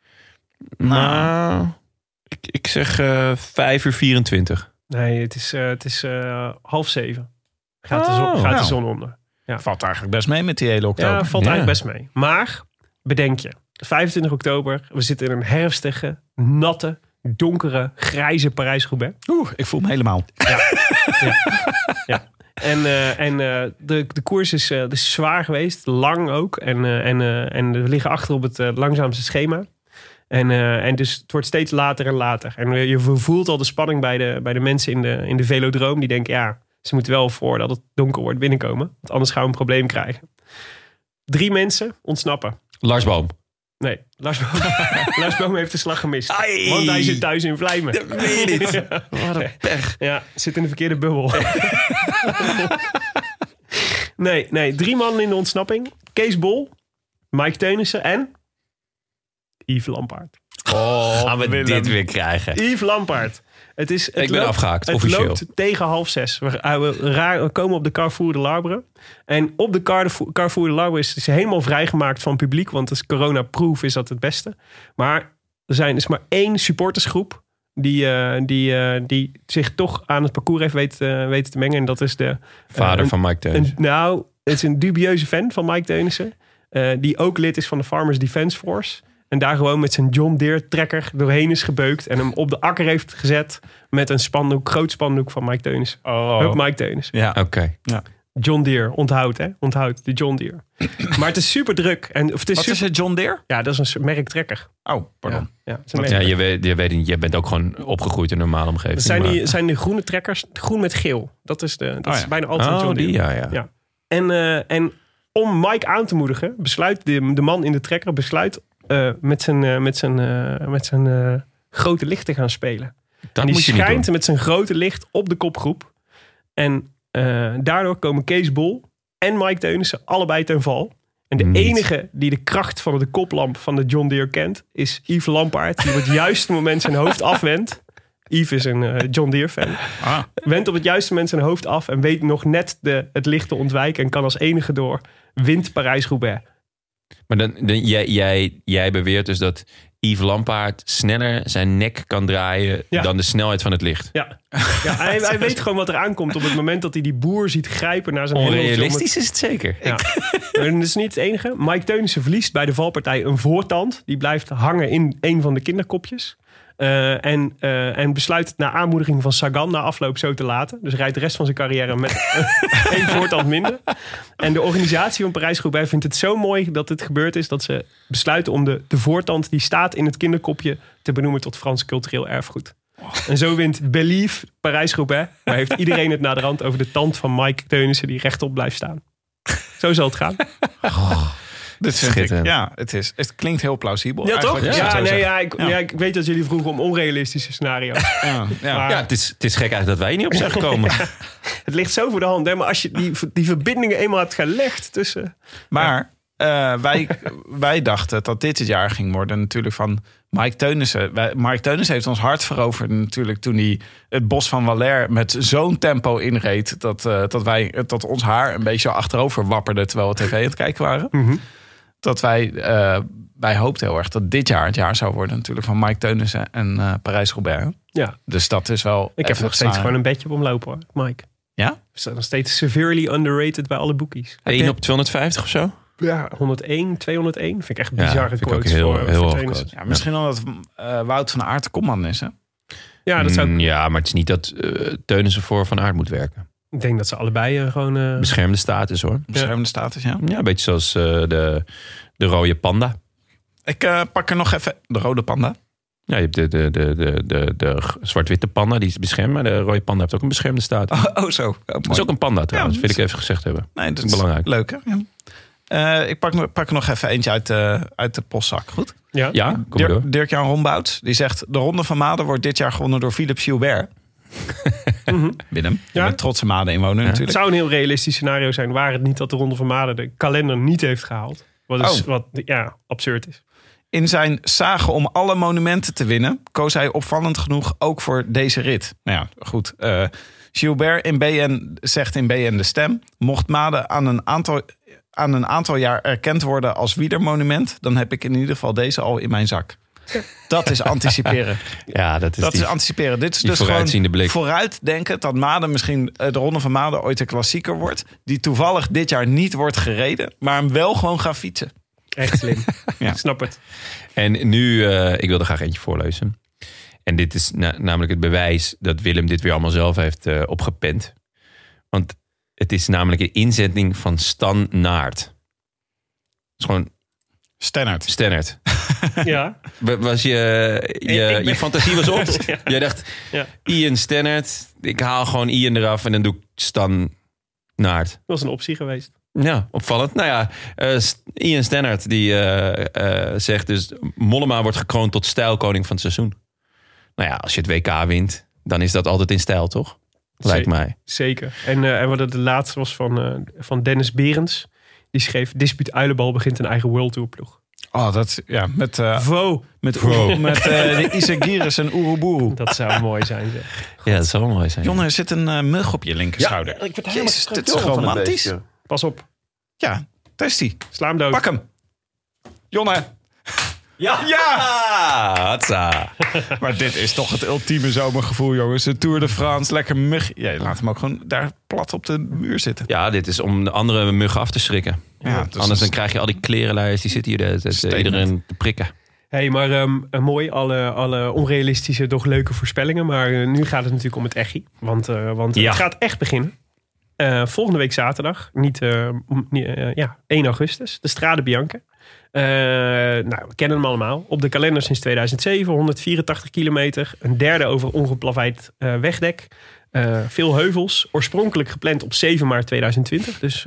Nou, ik zeg 5:24. Nee, het is 6:30. Gaat de zon onder. Ja. Valt eigenlijk best mee met die hele oktober. Ja, valt eigenlijk best mee. Maar, bedenk je, 25 oktober, we zitten in een herfstige, natte, donkere, grijze Parijs-Roubaix. Ik voel me helemaal. Ja. En de koers is zwaar geweest, lang ook. En we liggen achter op het langzaamste schema. En dus het wordt steeds later en later. En je voelt al de spanning bij de mensen in de velodroom. Die denken, ze moeten wel voordat het donker wordt binnenkomen. Want anders gaan we een probleem krijgen. 3 mensen ontsnappen. Lars Boom. Nee, Lars Boom heeft de slag gemist. Ai. Want hij zit thuis in Vlijmen. Dat weet je niet. Wat een pech. Ja, zit in de verkeerde bubbel. Nee, 3 mannen in de ontsnapping. Kees Bol, Mike Teunissen en Yves Lampaert. Gaan we dit weer krijgen? Yves Lampaert. Ik ben afgehaakt, het officieel. loopt tegen 5:30. We komen op de Carrefour de Larbre. En op de Carrefour de Larbre is het helemaal vrijgemaakt van publiek. Want als corona-proof is dat het beste. Maar er is maar 1 supportersgroep die zich toch aan het parcours heeft weten te mengen. En dat is de Vader van Mike Teunissen. Het is een dubieuze fan van Mike Teunissen. Die ook lid is van de Farmers Defence Force. En daar gewoon met zijn John Deere trekker doorheen is gebeukt. En hem op de akker heeft gezet met een groot spandoek van Mike Teunissen. Hup Mike Teunissen. Ja. Oké. Ja. John Deere, onthoud de John Deere. Maar het is super druk. Wat is het, John Deere? Ja, dat is een merk trekker. Oh, pardon. Ja, het is een merk. Je bent ook gewoon opgegroeid in een normale omgeving. Dat zijn de groene trekkers, groen met geel. Dat is bijna altijd John Deere. Ja. En om Mike aan te moedigen, besluit de man in de trekker met zijn grote licht te gaan spelen. Dat en die moet je niet schijnt doen. met zijn grote licht op de kopgroep. En daardoor komen Kees Bol en Mike Teunissen allebei ten val. En de enige die de kracht van de koplamp van de John Deere kent, is Yves Lampaert. Die op het juiste moment zijn hoofd afwendt. Yves is een John Deere fan. Wendt op het juiste moment zijn hoofd af en weet nog net het licht te ontwijken. En kan als enige door. Wint Parijs-Roubaix. Maar jij beweert dus dat Yves Lampaert sneller zijn nek kan draaien dan de snelheid van het licht. Ja, hij weet gewoon wat er aankomt op het moment dat hij die boer ziet grijpen naar zijn Onrealistisch is het zeker. Ja. En dat is niet het enige. Mike Teunissen verliest bij de valpartij een voortand. Die blijft hangen in een van de kinderkopjes. En besluit het na aanmoediging van Sagan na afloop zo te laten. Dus rijdt de rest van zijn carrière met 1 voortand minder. En de organisatie van Parijs-Roubaix vindt het zo mooi dat het gebeurd is, dat ze besluiten om de voortand die staat in het kinderkopje te benoemen tot Frans cultureel erfgoed. En zo wint Believe Parijs-Roubaix. Maar heeft iedereen het naderhand over de tand van Mike Teunissen die rechtop blijft staan. Zo zal het gaan. Dit vind ik. Ja, het klinkt heel plausibel. Ja, toch? Ja, ik weet dat jullie vroegen om onrealistische scenario's. Ja. Het is gek eigenlijk dat wij niet op zijn gekomen. Het ligt zo voor de hand. Hè? Maar als je die verbindingen eenmaal hebt gelegd tussen... Maar wij dachten dat dit het jaar ging worden natuurlijk van Mike Teunissen. Mike Teunissen heeft ons hart veroverd natuurlijk toen hij het bos van Valais met zo'n tempo inreed dat ons haar een beetje achterover wapperde terwijl we tv aan het kijken waren. Mm-hmm. Dat wij hoopten heel erg dat dit jaar het jaar zou worden natuurlijk van Mike Teunissen en Parijs-Roubaix. Ja. Dus dat is wel... Ik heb nog steeds gewoon een bedje op omlopen hoor, Mike. Ja? Is nog steeds severely underrated bij alle boekies. 1 op 250 of zo? Ja, 101, 201. Vind ik echt bizarre vind ik quotes ook heel voor hoog Teunissen. Ja, misschien omdat Wout van Aert de kopman is, hè? Ja, dat zou Ja, maar het is niet dat Teunissen voor Van Aert moet werken. ik denk dat ze allebei gewoon... Beschermde status hoor. Beschermde status, ja. Ja, een beetje zoals de rode panda. Ik pak er nog even de rode panda. Ja, je hebt de zwart-witte panda, die is beschermd. Maar de rode panda heeft ook een beschermde status. Oh zo. Dat is ook een panda trouwens, Ja, wil ik even gezegd hebben. Nee, dat is belangrijk. Leuk, hè? Ja. Ik pak er nog even eentje uit de postzak. Goed? Ja, kom maar door. Dirk-Jan Rombouts, die zegt... De Ronde van Maden wordt dit jaar gewonnen door Philippe Gilbert. Willem, je bent trotse Maden-inwoner Het natuurlijk. zou een heel realistisch scenario zijn. Waar het niet dat de Ronde van Maden de kalender niet heeft gehaald. Wat absurd is. In zijn zagen om alle monumenten te winnen... koos hij opvallend genoeg ook voor deze rit. Nou ja, goed. Gilbert zegt in BN De Stem... mocht Maden aan een aantal jaar erkend worden als wielermonument... dan heb ik in ieder geval deze al in mijn zak. Dat is anticiperen. Ja, dat is anticiperen. Dit is die dus vooruitziende gewoon blik. vooruitdenken dat Maden misschien de Ronde van Maden ooit een klassieker wordt... die toevallig dit jaar niet wordt gereden... maar hem wel gewoon gaan fietsen. Echt slim. Ja. Snap het. En nu, ik wil er graag eentje voorlezen. En dit is namelijk het bewijs dat Willem dit weer allemaal zelf heeft opgepend. Want het is namelijk een inzending van Stan Naert. Het is gewoon... Stennert. Ja. Was je fantasie was op? Ja. Jij dacht, Ja. Ian Stennert. Ik haal gewoon Ian eraf en dan doe ik Stan Naert. Dat was een optie geweest. Ja, opvallend. Nou ja, Ian Stennert die zegt dus... Mollema wordt gekroond tot stijlkoning van het seizoen. Nou ja, als je het WK wint, dan is dat altijd in stijl, toch? lijkt mij. Zeker. En wat het de laatste was van Dennis Berends. Die schreef, Dispuut Uilenbal begint een eigen World Tour ploeg. Oh, dat met Vo. met de Isagiris en Oeroboeroe. Dat zou mooi zijn, zeg. Ja, dat zou wel mooi zijn. Jonne, er zit een mug op je linkerschouder. ik word Jezus, dit is romantisch. Pas op. Ja, testie. Sla hem dood. Pak hem. Jonne. Ja! Hatsa. Maar dit is toch het ultieme zomergevoel, jongens. De Tour de France, lekker mug. Ja, laat hem ook gewoon daar plat op de muur zitten. Ja, dit is om de andere muggen af te schrikken. Ja, dus Anders dan krijg je al die klerenluiers, die zitten hier iedereen te prikken. Hey, maar mooi, alle onrealistische, toch leuke voorspellingen. Maar nu gaat het natuurlijk om het echi. Want het gaat echt beginnen. Volgende week zaterdag, 1 augustus, de Strade Bianca. We kennen hem allemaal. Op de kalender sinds 2007, 184 kilometer. Een derde over ongeplaveid wegdek. Veel heuvels. Oorspronkelijk gepland op 7 maart 2020. Dus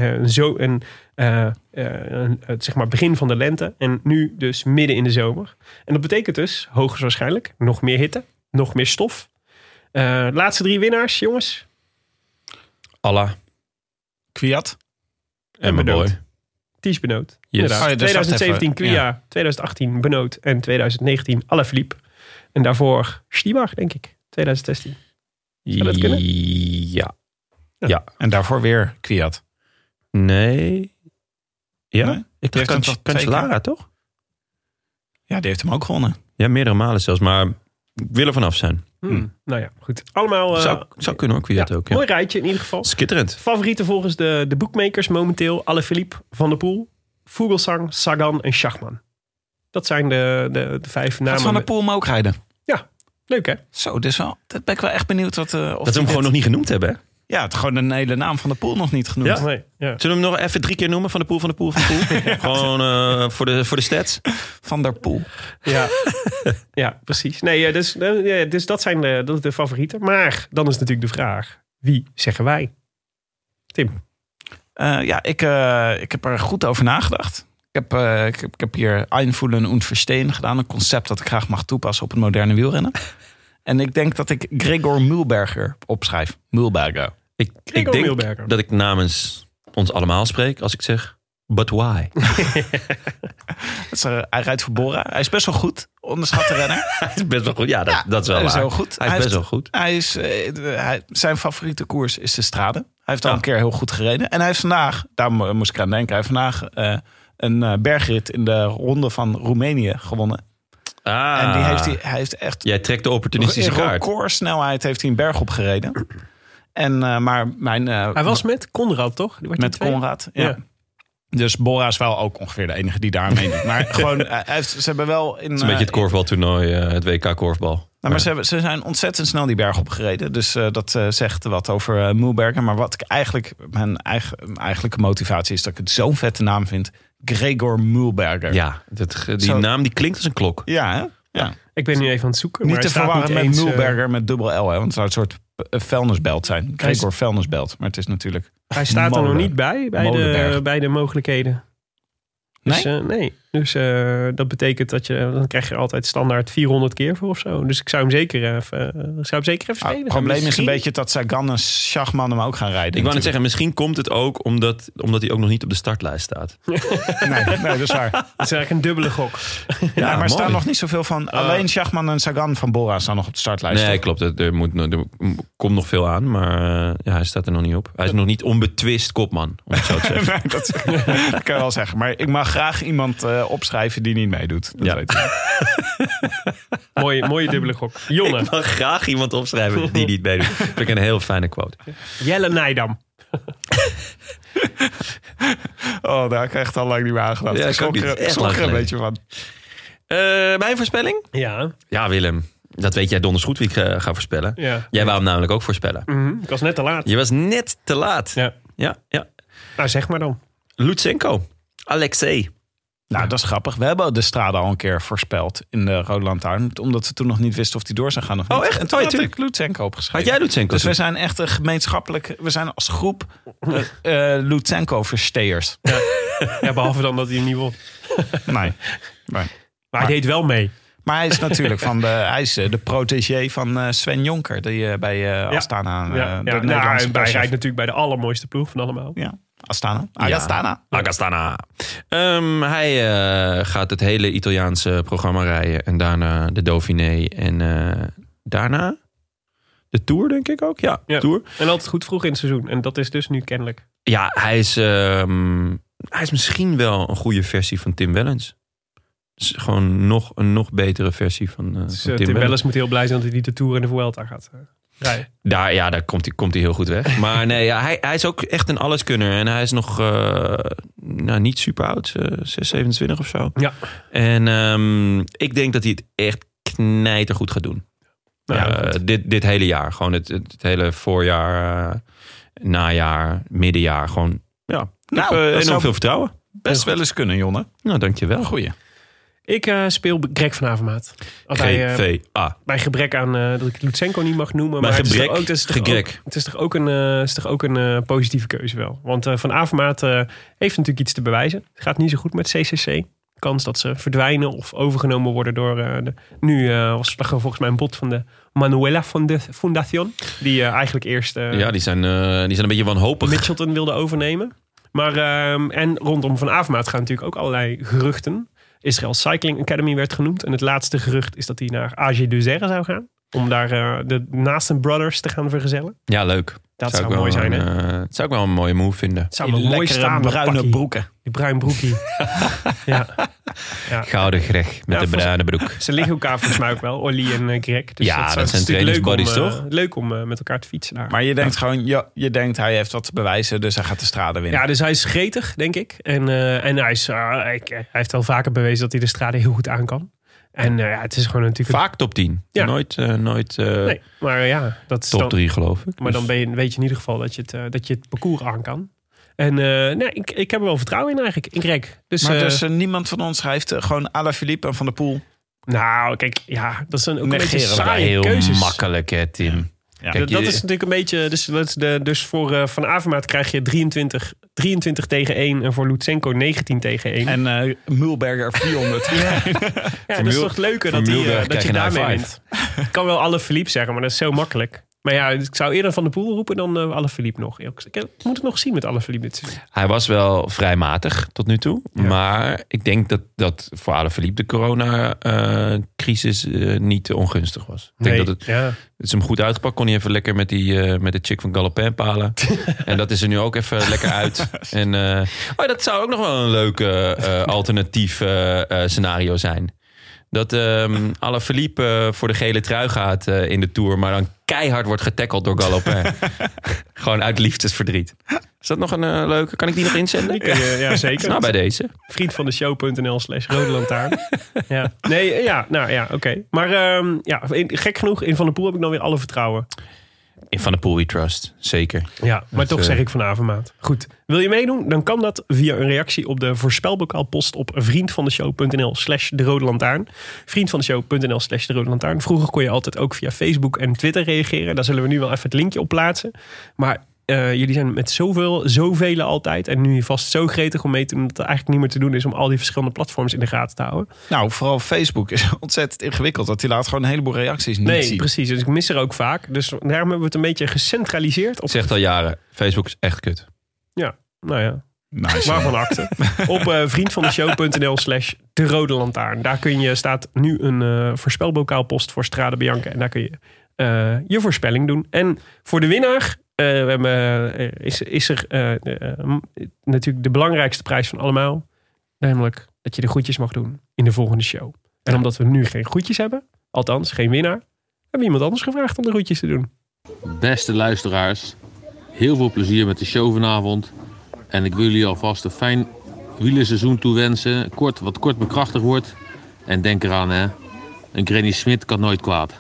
zeg maar begin van de lente. En nu dus midden in de zomer. En dat betekent dus, hoogstwaarschijnlijk, nog meer hitte. Nog meer stof. Laatste 3 winnaars, jongens. Allah Kwiat. en mijn boy. Ties Benoot. Yes. Inderdaad. Oh ja, dus 2017 wacht even, Quia, 2018 Benoot en 2019 Alaphilippe. En daarvoor Stibar, denk ik. 2016. Zou dat kunnen? Ja. En daarvoor weer Kwiat. Nee. Ja? Nee? Ik Die dacht heeft hem toch 2 Cancellara, toch? Ja, die heeft hem ook gewonnen. Ja, meerdere malen zelfs. Maar ik wil er vanaf zijn. Nou ja, goed. Allemaal... Zou kunnen hoor, Kwiat ook. Ja. Mooi rijtje in ieder geval. Skitterend. Favorieten volgens de bookmakers momenteel. Alaphilippe, Van der Poel, Vogelsang, Sagan en Schachman. Dat zijn de 5 namen. Gaat Van der Poel hem ook rijden? Leuk hè? Zo, dat ben ik wel echt benieuwd wat... Dat we hem gewoon nog niet genoemd hebben, hè? Ja, het gewoon een hele naam van de Poel nog niet genoemd. Ja. Nee, ja. Zullen we hem nog even 3 keer noemen? Van de Poel. Gewoon voor de stats. Van der Poel. Ja, precies. Nee, dus dat zijn de favorieten. Maar dan is natuurlijk de vraag, wie zeggen wij? Tim? Ik heb er goed over nagedacht. Ik heb hier Einvoelen und Verstehen gedaan. Een concept dat ik graag mag toepassen op het moderne wielrennen. En ik denk dat ik Gregor Mühlberger opschrijf. Mühlberger. Ik denk Mühlberger. dat ik namens ons allemaal spreek als ik zeg, but why? Hij rijdt voor Bora. Hij is best wel goed. Onderschatte renner. Hij is best wel goed. Ja, dat is wel hij is waar. heel goed. Hij is best wel goed. Zijn favoriete koers is de Strade. Hij heeft al een keer heel goed gereden. En hij heeft vandaag, daar moest ik aan denken, hij heeft vandaag een bergrit in de ronde van Roemenië gewonnen. En hij heeft echt... Jij trekt de opportunistische kaart. In recordsnelheid heeft hij een berg opgereden. Hij was met Konrad, toch? Met Konrad, ja. Dus Bora is wel ook ongeveer de enige die daar meedoet. Maar gewoon, ze hebben wel... Het is een beetje het korfbaltoernooi, het WK korfbal. Maar ze zijn ontzettend snel die berg opgereden. Dus dat zegt wat over Mühlberger. Maar wat ik mijn eigenlijke motivatie is dat ik het zo'n vette naam vind. Gregor Mühlberger. Ja, naam die klinkt als een klok. Ja, hè? Ja. Ik ben nu even aan het zoeken. Niet maar te staat verwarren met eens, Mühlberger met dubbel L. Hè? Want het zou een soort vuilnisbelt zijn. Gregor vuilnisbelt. Maar het is natuurlijk... Hij staat er nog niet bij de mogelijkheden. Dus, Nee? Dus dat betekent dat dan krijg je altijd standaard 400 keer voor of zo. Dus ik zou hem zeker even spelen. Het probleem is een beetje dat Sagan en Schachman hem ook gaan rijden. Ik wou net zeggen, misschien komt het ook omdat hij ook nog niet op de startlijst staat. Nee, dat is waar. Dat is eigenlijk een dubbele gok. Ja, maar er mooi. staan nog niet zoveel van. Alleen Schachman en Sagan van Bora staan nog op de startlijst. Nee, klopt. Er komt nog veel aan, maar hij staat er nog niet op. Hij is nog niet onbetwist kopman, om het zo te zeggen. Nee, dat kan je wel zeggen. Maar ik mag graag iemand opschrijven die niet meedoet. Dat weet ik. Mooie dubbele gok. Jonne. Ik mag graag iemand opschrijven die niet meedoet. Dat vind ik een heel fijne quote. Jelle Nijdam. Daar heb ik echt al lang niet meer aangedacht. Ja, ik schrok er een beetje van. Mijn voorspelling? Ja. Ja, Willem. Dat weet jij donders goed wie ik ga voorspellen. Ja. Jij wou hem namelijk ook voorspellen. Ik was net te laat. Je was net te laat. Ja. Nou, zeg maar dan. Lutsenko. Alexei. Nou, dat is grappig. We hebben de Strade al een keer voorspeld in de Rode Lantaarn. Omdat we toen nog niet wisten of die door zou gaan of niet. Oh, echt? En toen had ik Lutsenko opgeschreven. Had jij Lutsenko? Dus we zijn echt een gemeenschappelijk... We zijn als groep Lutsenko-versteers. Ja, behalve dan dat hij hem niet won. Nee. Maar hij deed wel mee. Maar hij is natuurlijk de protégé van Sven Jonker. Die bij Astana. Hij rijdt natuurlijk bij de allermooiste ploeg van allemaal. Ja. Astana. Agastana. Hij gaat het hele Italiaanse programma rijden. En daarna de Dauphiné. En daarna de Tour, denk ik ook. Ja, Tour. En altijd goed vroeg in het seizoen. En dat is dus nu kennelijk. Ja, hij is misschien wel een goede versie van Tim Wellens. Dus gewoon een nog betere versie van Tim Wellens moet heel blij zijn dat hij niet de Tour en de Vuelta gaat rijden. Daar komt hij heel goed weg. Maar nee, hij is ook echt een alleskunner. En hij is nog niet super oud. 27 of zo. Ja. En ik denk dat hij het echt knijtergoed gaat doen. Dit hele jaar. Gewoon het hele voorjaar, najaar, middenjaar. Gewoon, ja. Enorm veel vertrouwen. Best wel eens kunnen, Jonne. Nou, dankjewel. Goeie. Ik speel Greg van Avermaat. GVA. Bij gebrek aan dat ik Lutsenko niet mag noemen. Maar het is toch ook een positieve keuze wel. Want Van Avermaat heeft natuurlijk iets te bewijzen. Het gaat niet zo goed met CCC. Kans dat ze verdwijnen of overgenomen worden door... Nu was er volgens mij een bod van de Manuela Fundación. Die eigenlijk eerst... die zijn een beetje wanhopig. Mitchelton wilde overnemen. Maar en rondom Van Avermaat gaan natuurlijk ook allerlei geruchten. Israel Cycling Academy werd genoemd. En het laatste gerucht is dat hij naar AG2R zou gaan. Om daar de Naasten Brothers te gaan vergezellen. Ja, leuk. Dat zou mooi zijn, hè? Het zou ik wel een mooie move vinden. Het zou wel mooi staan. Bruine broeken. Die bruin broekie. ja. Gouden Greg met de bruine broek. Ze liggen elkaar volgens mij ook wel, Olly en Greg. Dus dat zijn trainingsbuddies, toch? Leuk om met elkaar te fietsen daar. Maar je denkt gewoon, je denkt hij heeft wat te bewijzen, dus hij gaat de strade winnen. Ja, dus hij is gretig, denk ik. En hij heeft wel vaker bewezen dat hij de strade heel goed aan kan. En het is gewoon natuurlijk... Vaak top 10. Ja. Nooit nee, maar ja, dat is top 3 geloof ik. Maar dan weet je in ieder geval dat je het parcours aan kan. En ik heb er wel vertrouwen in eigenlijk, in Greg. Dus, maar niemand van ons schrijft gewoon Alaphilippe en Van der Poel. Nou, kijk, ja, dat zijn ook een beetje saaie heel keuzes. Makkelijk, hè, Tim. Ja. Kijk, dat is natuurlijk een beetje... Dus voor Van Avermaat krijg je 23 tegen 1 en voor Lutsenko 19 tegen 1. En Mühlberger 400. Dat is toch leuker dat je daarmee wint. Ik kan wel Alaphilippe zeggen, maar dat is zo makkelijk. Maar ja, ik zou eerder Van der Poel roepen dan Alaphilippe nog. Ik moet het nog zien met Alaphilippe dit seizoen. Hij was wel vrij matig tot nu toe. Ja. Maar ik denk dat voor Alaphilippe de corona-crisis niet ongunstig was. Ik denk dat het is hem goed uitgepakt. Kon hij even lekker met de chick van Galopin palen. En dat is er nu ook even lekker uit. En dat zou ook nog wel een leuk alternatief scenario zijn. Dat Alaphilippe voor de gele trui gaat in de Tour, maar dan keihard wordt getackeld door Galopin. Gewoon uit liefdesverdriet. Is dat nog een leuke? Kan ik die nog inzenden? Ja, zeker. Nou, bij deze. Vriendvandeshow.nl/Rodelantaarn. Ja. Nee, oké. Maar gek genoeg, in Van der Poel heb ik dan weer alle vertrouwen. In Van der Poel we trust, zeker. Ja, maar toch zeg ik Van Avermaat. Goed, wil je meedoen? Dan kan dat via een reactie op de voorspelbokaalpost op vriendvandeshow.nl/derodelantaarn. Vriendvandeshow.nl/derodelantaarn. Vroeger kon je altijd ook via Facebook en Twitter reageren. Daar zullen we nu wel even het linkje op plaatsen. Maar jullie zijn met zoveel altijd. En nu vast zo gretig om mee te doen dat het eigenlijk niet meer te doen is om al die verschillende platforms in de gaten te houden. Nou, vooral Facebook is ontzettend ingewikkeld. Dat die laat gewoon een heleboel reacties niet zien. Nee, precies. Dus ik mis er ook vaak. Dus daarom hebben we het een beetje gecentraliseerd. Ik zeg het al jaren. Facebook is echt kut. Ja, nou ja. Nice, waarvan akte. Op vriendvandeshow.nl/derodelantaarn. Daar staat nu een voorspelbokaalpost voor Strade Bianca. En daar kun je je voorspelling doen. En voor de winnaar is er natuurlijk de belangrijkste prijs van allemaal. Namelijk dat je de groetjes mag doen in de volgende show. En omdat we nu geen groetjes hebben, althans geen winnaar, hebben we iemand anders gevraagd om de groetjes te doen. Beste luisteraars, heel veel plezier met de show vanavond. En ik wil jullie alvast een fijn wielerseizoen toewensen. Wat kort bekrachtigd wordt. En denk eraan, hè. Een Granny Smit kan nooit kwaad.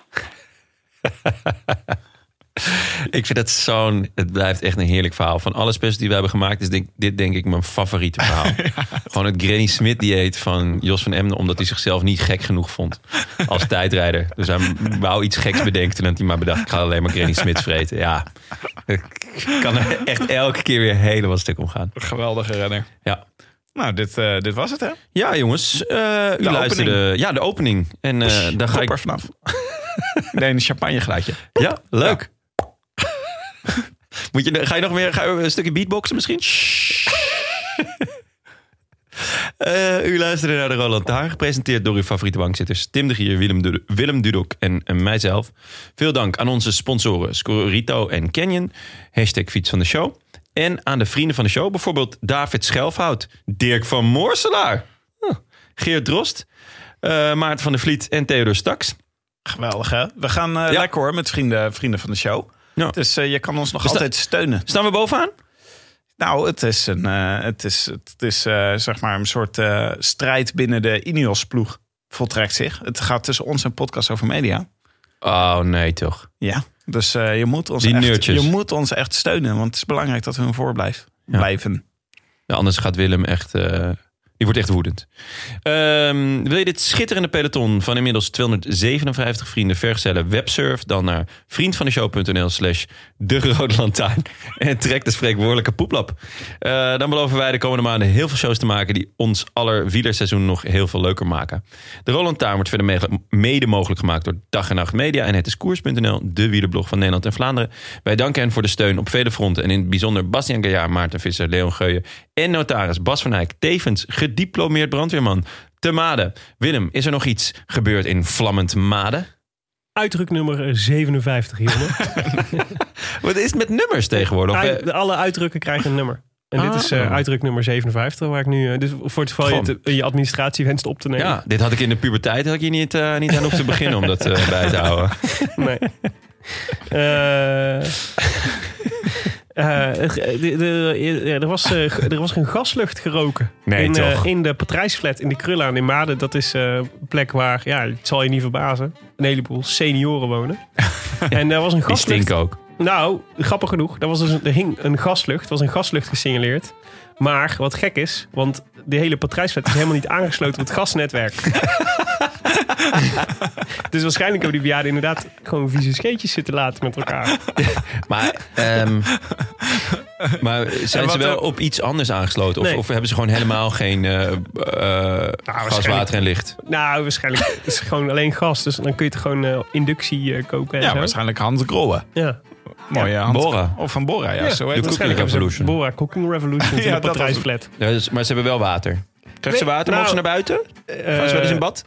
Ik vind het blijft echt een heerlijk verhaal. Van alle specials die we hebben gemaakt is dit denk ik mijn favoriete verhaal. Gewoon het Granny Smit dieet van Jos van Emden, omdat hij zichzelf niet gek genoeg vond als tijdrijder. Dus hij wou iets geks bedenken en hij maar bedacht, ik ga alleen maar Granny Smit vreten. Ja, ik kan er echt elke keer weer helemaal stuk om gaan. Geweldige renner. Ja. Nou, dit was het, hè? Ja, jongens. U luisterde... Ja, de opening. En daar ga ik... er vanaf. Nee, een champagnegeluidje. Ja, leuk. Ga je een stukje beatboxen misschien? U luisterde naar de Roland Taar, gepresenteerd door uw favoriete bankzitters Tim de Gier, Willem Dudok en mijzelf. Veel dank aan onze sponsoren Scorito en Canyon, #fiets van de show. En aan de vrienden van de show, bijvoorbeeld David Schelfhout, Dirk van Moorselaar, Geert Drost, Maarten van der Vliet en Theodor Staks. Geweldig, hè? We gaan lekker hoor met vrienden van de show. Ja. Dus je kan ons nog altijd steunen. Staan we bovenaan? Nou, het is zeg maar een soort strijd binnen de Ineos-ploeg. Voltrekt zich. Het gaat tussen ons en Podcast Over Media. Oh, nee toch. Ja, dus je moet ons echt steunen. Want het is belangrijk dat we hem blijven. Ja, anders gaat Willem echt... die wordt echt woedend. Wil je dit schitterende peloton van inmiddels 257 vrienden vergezellen? Websurf dan naar vriendvandeshow.nl/de Rode Lantaarn en trek de spreekwoordelijke poeplap. Dan beloven wij de komende maanden heel veel shows te maken die ons aller wielerseizoen nog heel veel leuker maken. De Rode Lantaarn wordt verder mede mogelijk gemaakt door Dag en Nacht Media en Het is Koers.nl, de wielerblog van Nederland en Vlaanderen. Wij danken hen voor de steun op vele fronten en in het bijzonder Bastiaan Gaillard, Maarten Visser, Leon Geuyen en notaris Bas van Eyck, tevens gediplomeerd brandweerman te Maden. Willem, is er nog iets gebeurd in vlammend Maden? Uitdruk nummer 57, jongen. Wat is het met nummers tegenwoordig? Alle uitdrukken krijgen een nummer. En dit is uitdruk nummer 57, waar ik nu... dus voor het geval je het je administratie wenst op te nemen. Ja, dit had ik in de puberteit had ik hier niet aan hoeven te beginnen om dat bij te houden. Nee. Er was een gaslucht geroken in de Patrijsflat in de Krullaan in Maden. Dat is een plek waar, het zal je niet verbazen, een heleboel senioren wonen. En daar was een gaslucht. Die stinken ook. Nou, grappig genoeg, er hing een gaslucht. Er was een gaslucht gesignaleerd. Maar wat gek is, want de hele Patrijsflat is helemaal niet aangesloten op het gasnetwerk. Dus waarschijnlijk hebben die bejaarden inderdaad gewoon vieze scheetjes zitten laten met elkaar. Maar zijn ze wel op iets anders aangesloten? Of hebben ze gewoon helemaal geen gas, water en licht? Nou, waarschijnlijk is het gewoon alleen gas. Dus dan kun je het gewoon inductie koken. En ja, zo. waarschijnlijk Hans Grohe. Ja. Mooie Bora. Of van Bora, ja. Zo heet de Cooking Revolution. Bora Cooking Revolution in de Patrijsflat. Ja, maar ze hebben wel water. Krijgt ze water? Mogen ze naar buiten? Gaan ze wel eens in bad?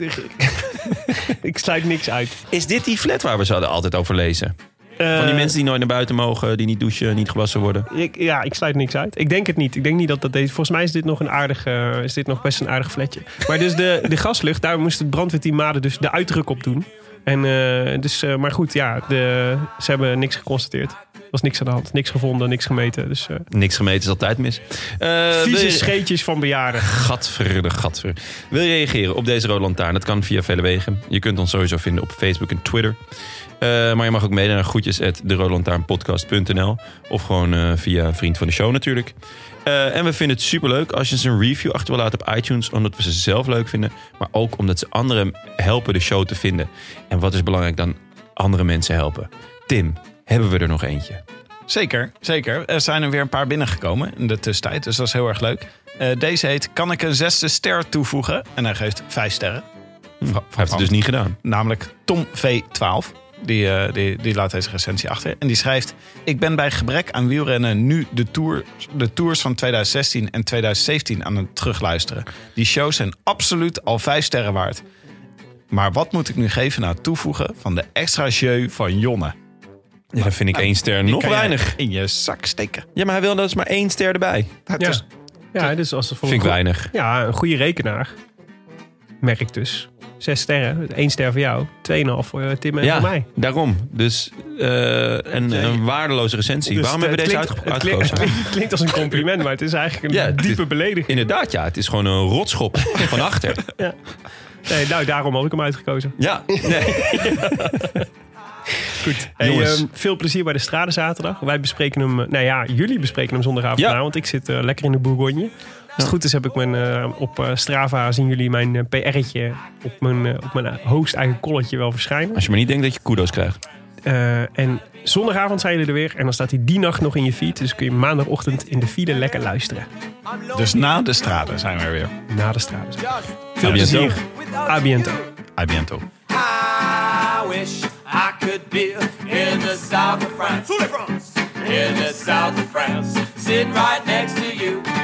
Ik sluit niks uit. Is dit die flat waar we ze altijd over lezen? Van die mensen die nooit naar buiten mogen, die niet douchen, niet gewassen worden? Ik sluit niks uit. Ik denk het niet. Ik denk niet dat deze... Volgens mij is dit nog best een aardig flatje. Maar dus de gaslucht, daar moest het brandweerteam Maden dus de uitdruk op doen. En maar goed, ze hebben niks geconstateerd. Er was niks aan de hand. Niks gevonden, niks gemeten. Dus, niks gemeten is altijd mis. Vieze scheetjes van bejaarden. Gadver. Wil je reageren op deze Rode Lantaarn? Dat kan via vele wegen. Je kunt ons sowieso vinden op Facebook en Twitter. Maar je mag ook mede naar groetjes@derodelantaarnpodcast.nl of gewoon via Vriend van de Show natuurlijk. En we vinden het superleuk als je ze een review achter wil laten op iTunes, omdat we ze zelf leuk vinden, maar ook omdat ze anderen helpen de show te vinden. En wat is belangrijk dan andere mensen helpen? Tim, hebben we er nog eentje? Zeker. Er zijn er weer een paar binnengekomen in de tussentijd, dus dat is heel erg leuk. Deze heet, kan ik een 6e ster toevoegen? En hij geeft 5 sterren. Hij heeft het dus niet gedaan. Namelijk Tom V12. Die laat deze recensie achter. En die schrijft: ik ben bij gebrek aan wielrennen nu de tours van 2016 en 2017 aan het terugluisteren. Die shows zijn absoluut al 5 sterren waard. Maar wat moet ik nu geven na het toevoegen van de extra jeu van Jonne? Ja, dan vind ik 1 ster nog weinig. In je zak steken. Ja, maar hij wil dus maar 1 ster erbij. Dus als het vind ik weinig. Ja, een goede rekenaar. Merk dus. 6 sterren, 1 ster voor jou, 2,5 voor Tim en voor mij. Daarom. Dus een waardeloze recensie. Dus waarom hebben we deze uitgekozen? Het klinkt als een compliment, maar het is eigenlijk een diepe belediging. Inderdaad, ja. Het is gewoon een rotschop van achter. Ja. Nee, nou, daarom had ik hem uitgekozen. Ja. Nee. Goed. Veel plezier bij de Strade zaterdag. Wij bespreken hem, jullie bespreken hem zondagavond want ik zit lekker in de Bourgogne. Als het goed is heb ik op Strava zien jullie mijn PR'tje op mijn hoogst eigen kolletje wel verschijnen. Als je maar niet denkt dat je kudos krijgt. En zondagavond zijn jullie er weer. En dan staat hij die nacht nog in je feed. Dus kun je maandagochtend in de file lekker luisteren. Dus na de straten zijn we er weer. Na de straten. Veel plezier. A biento. A biento. I wish I could be in the south of France. In the south of France. Sitting right next to you.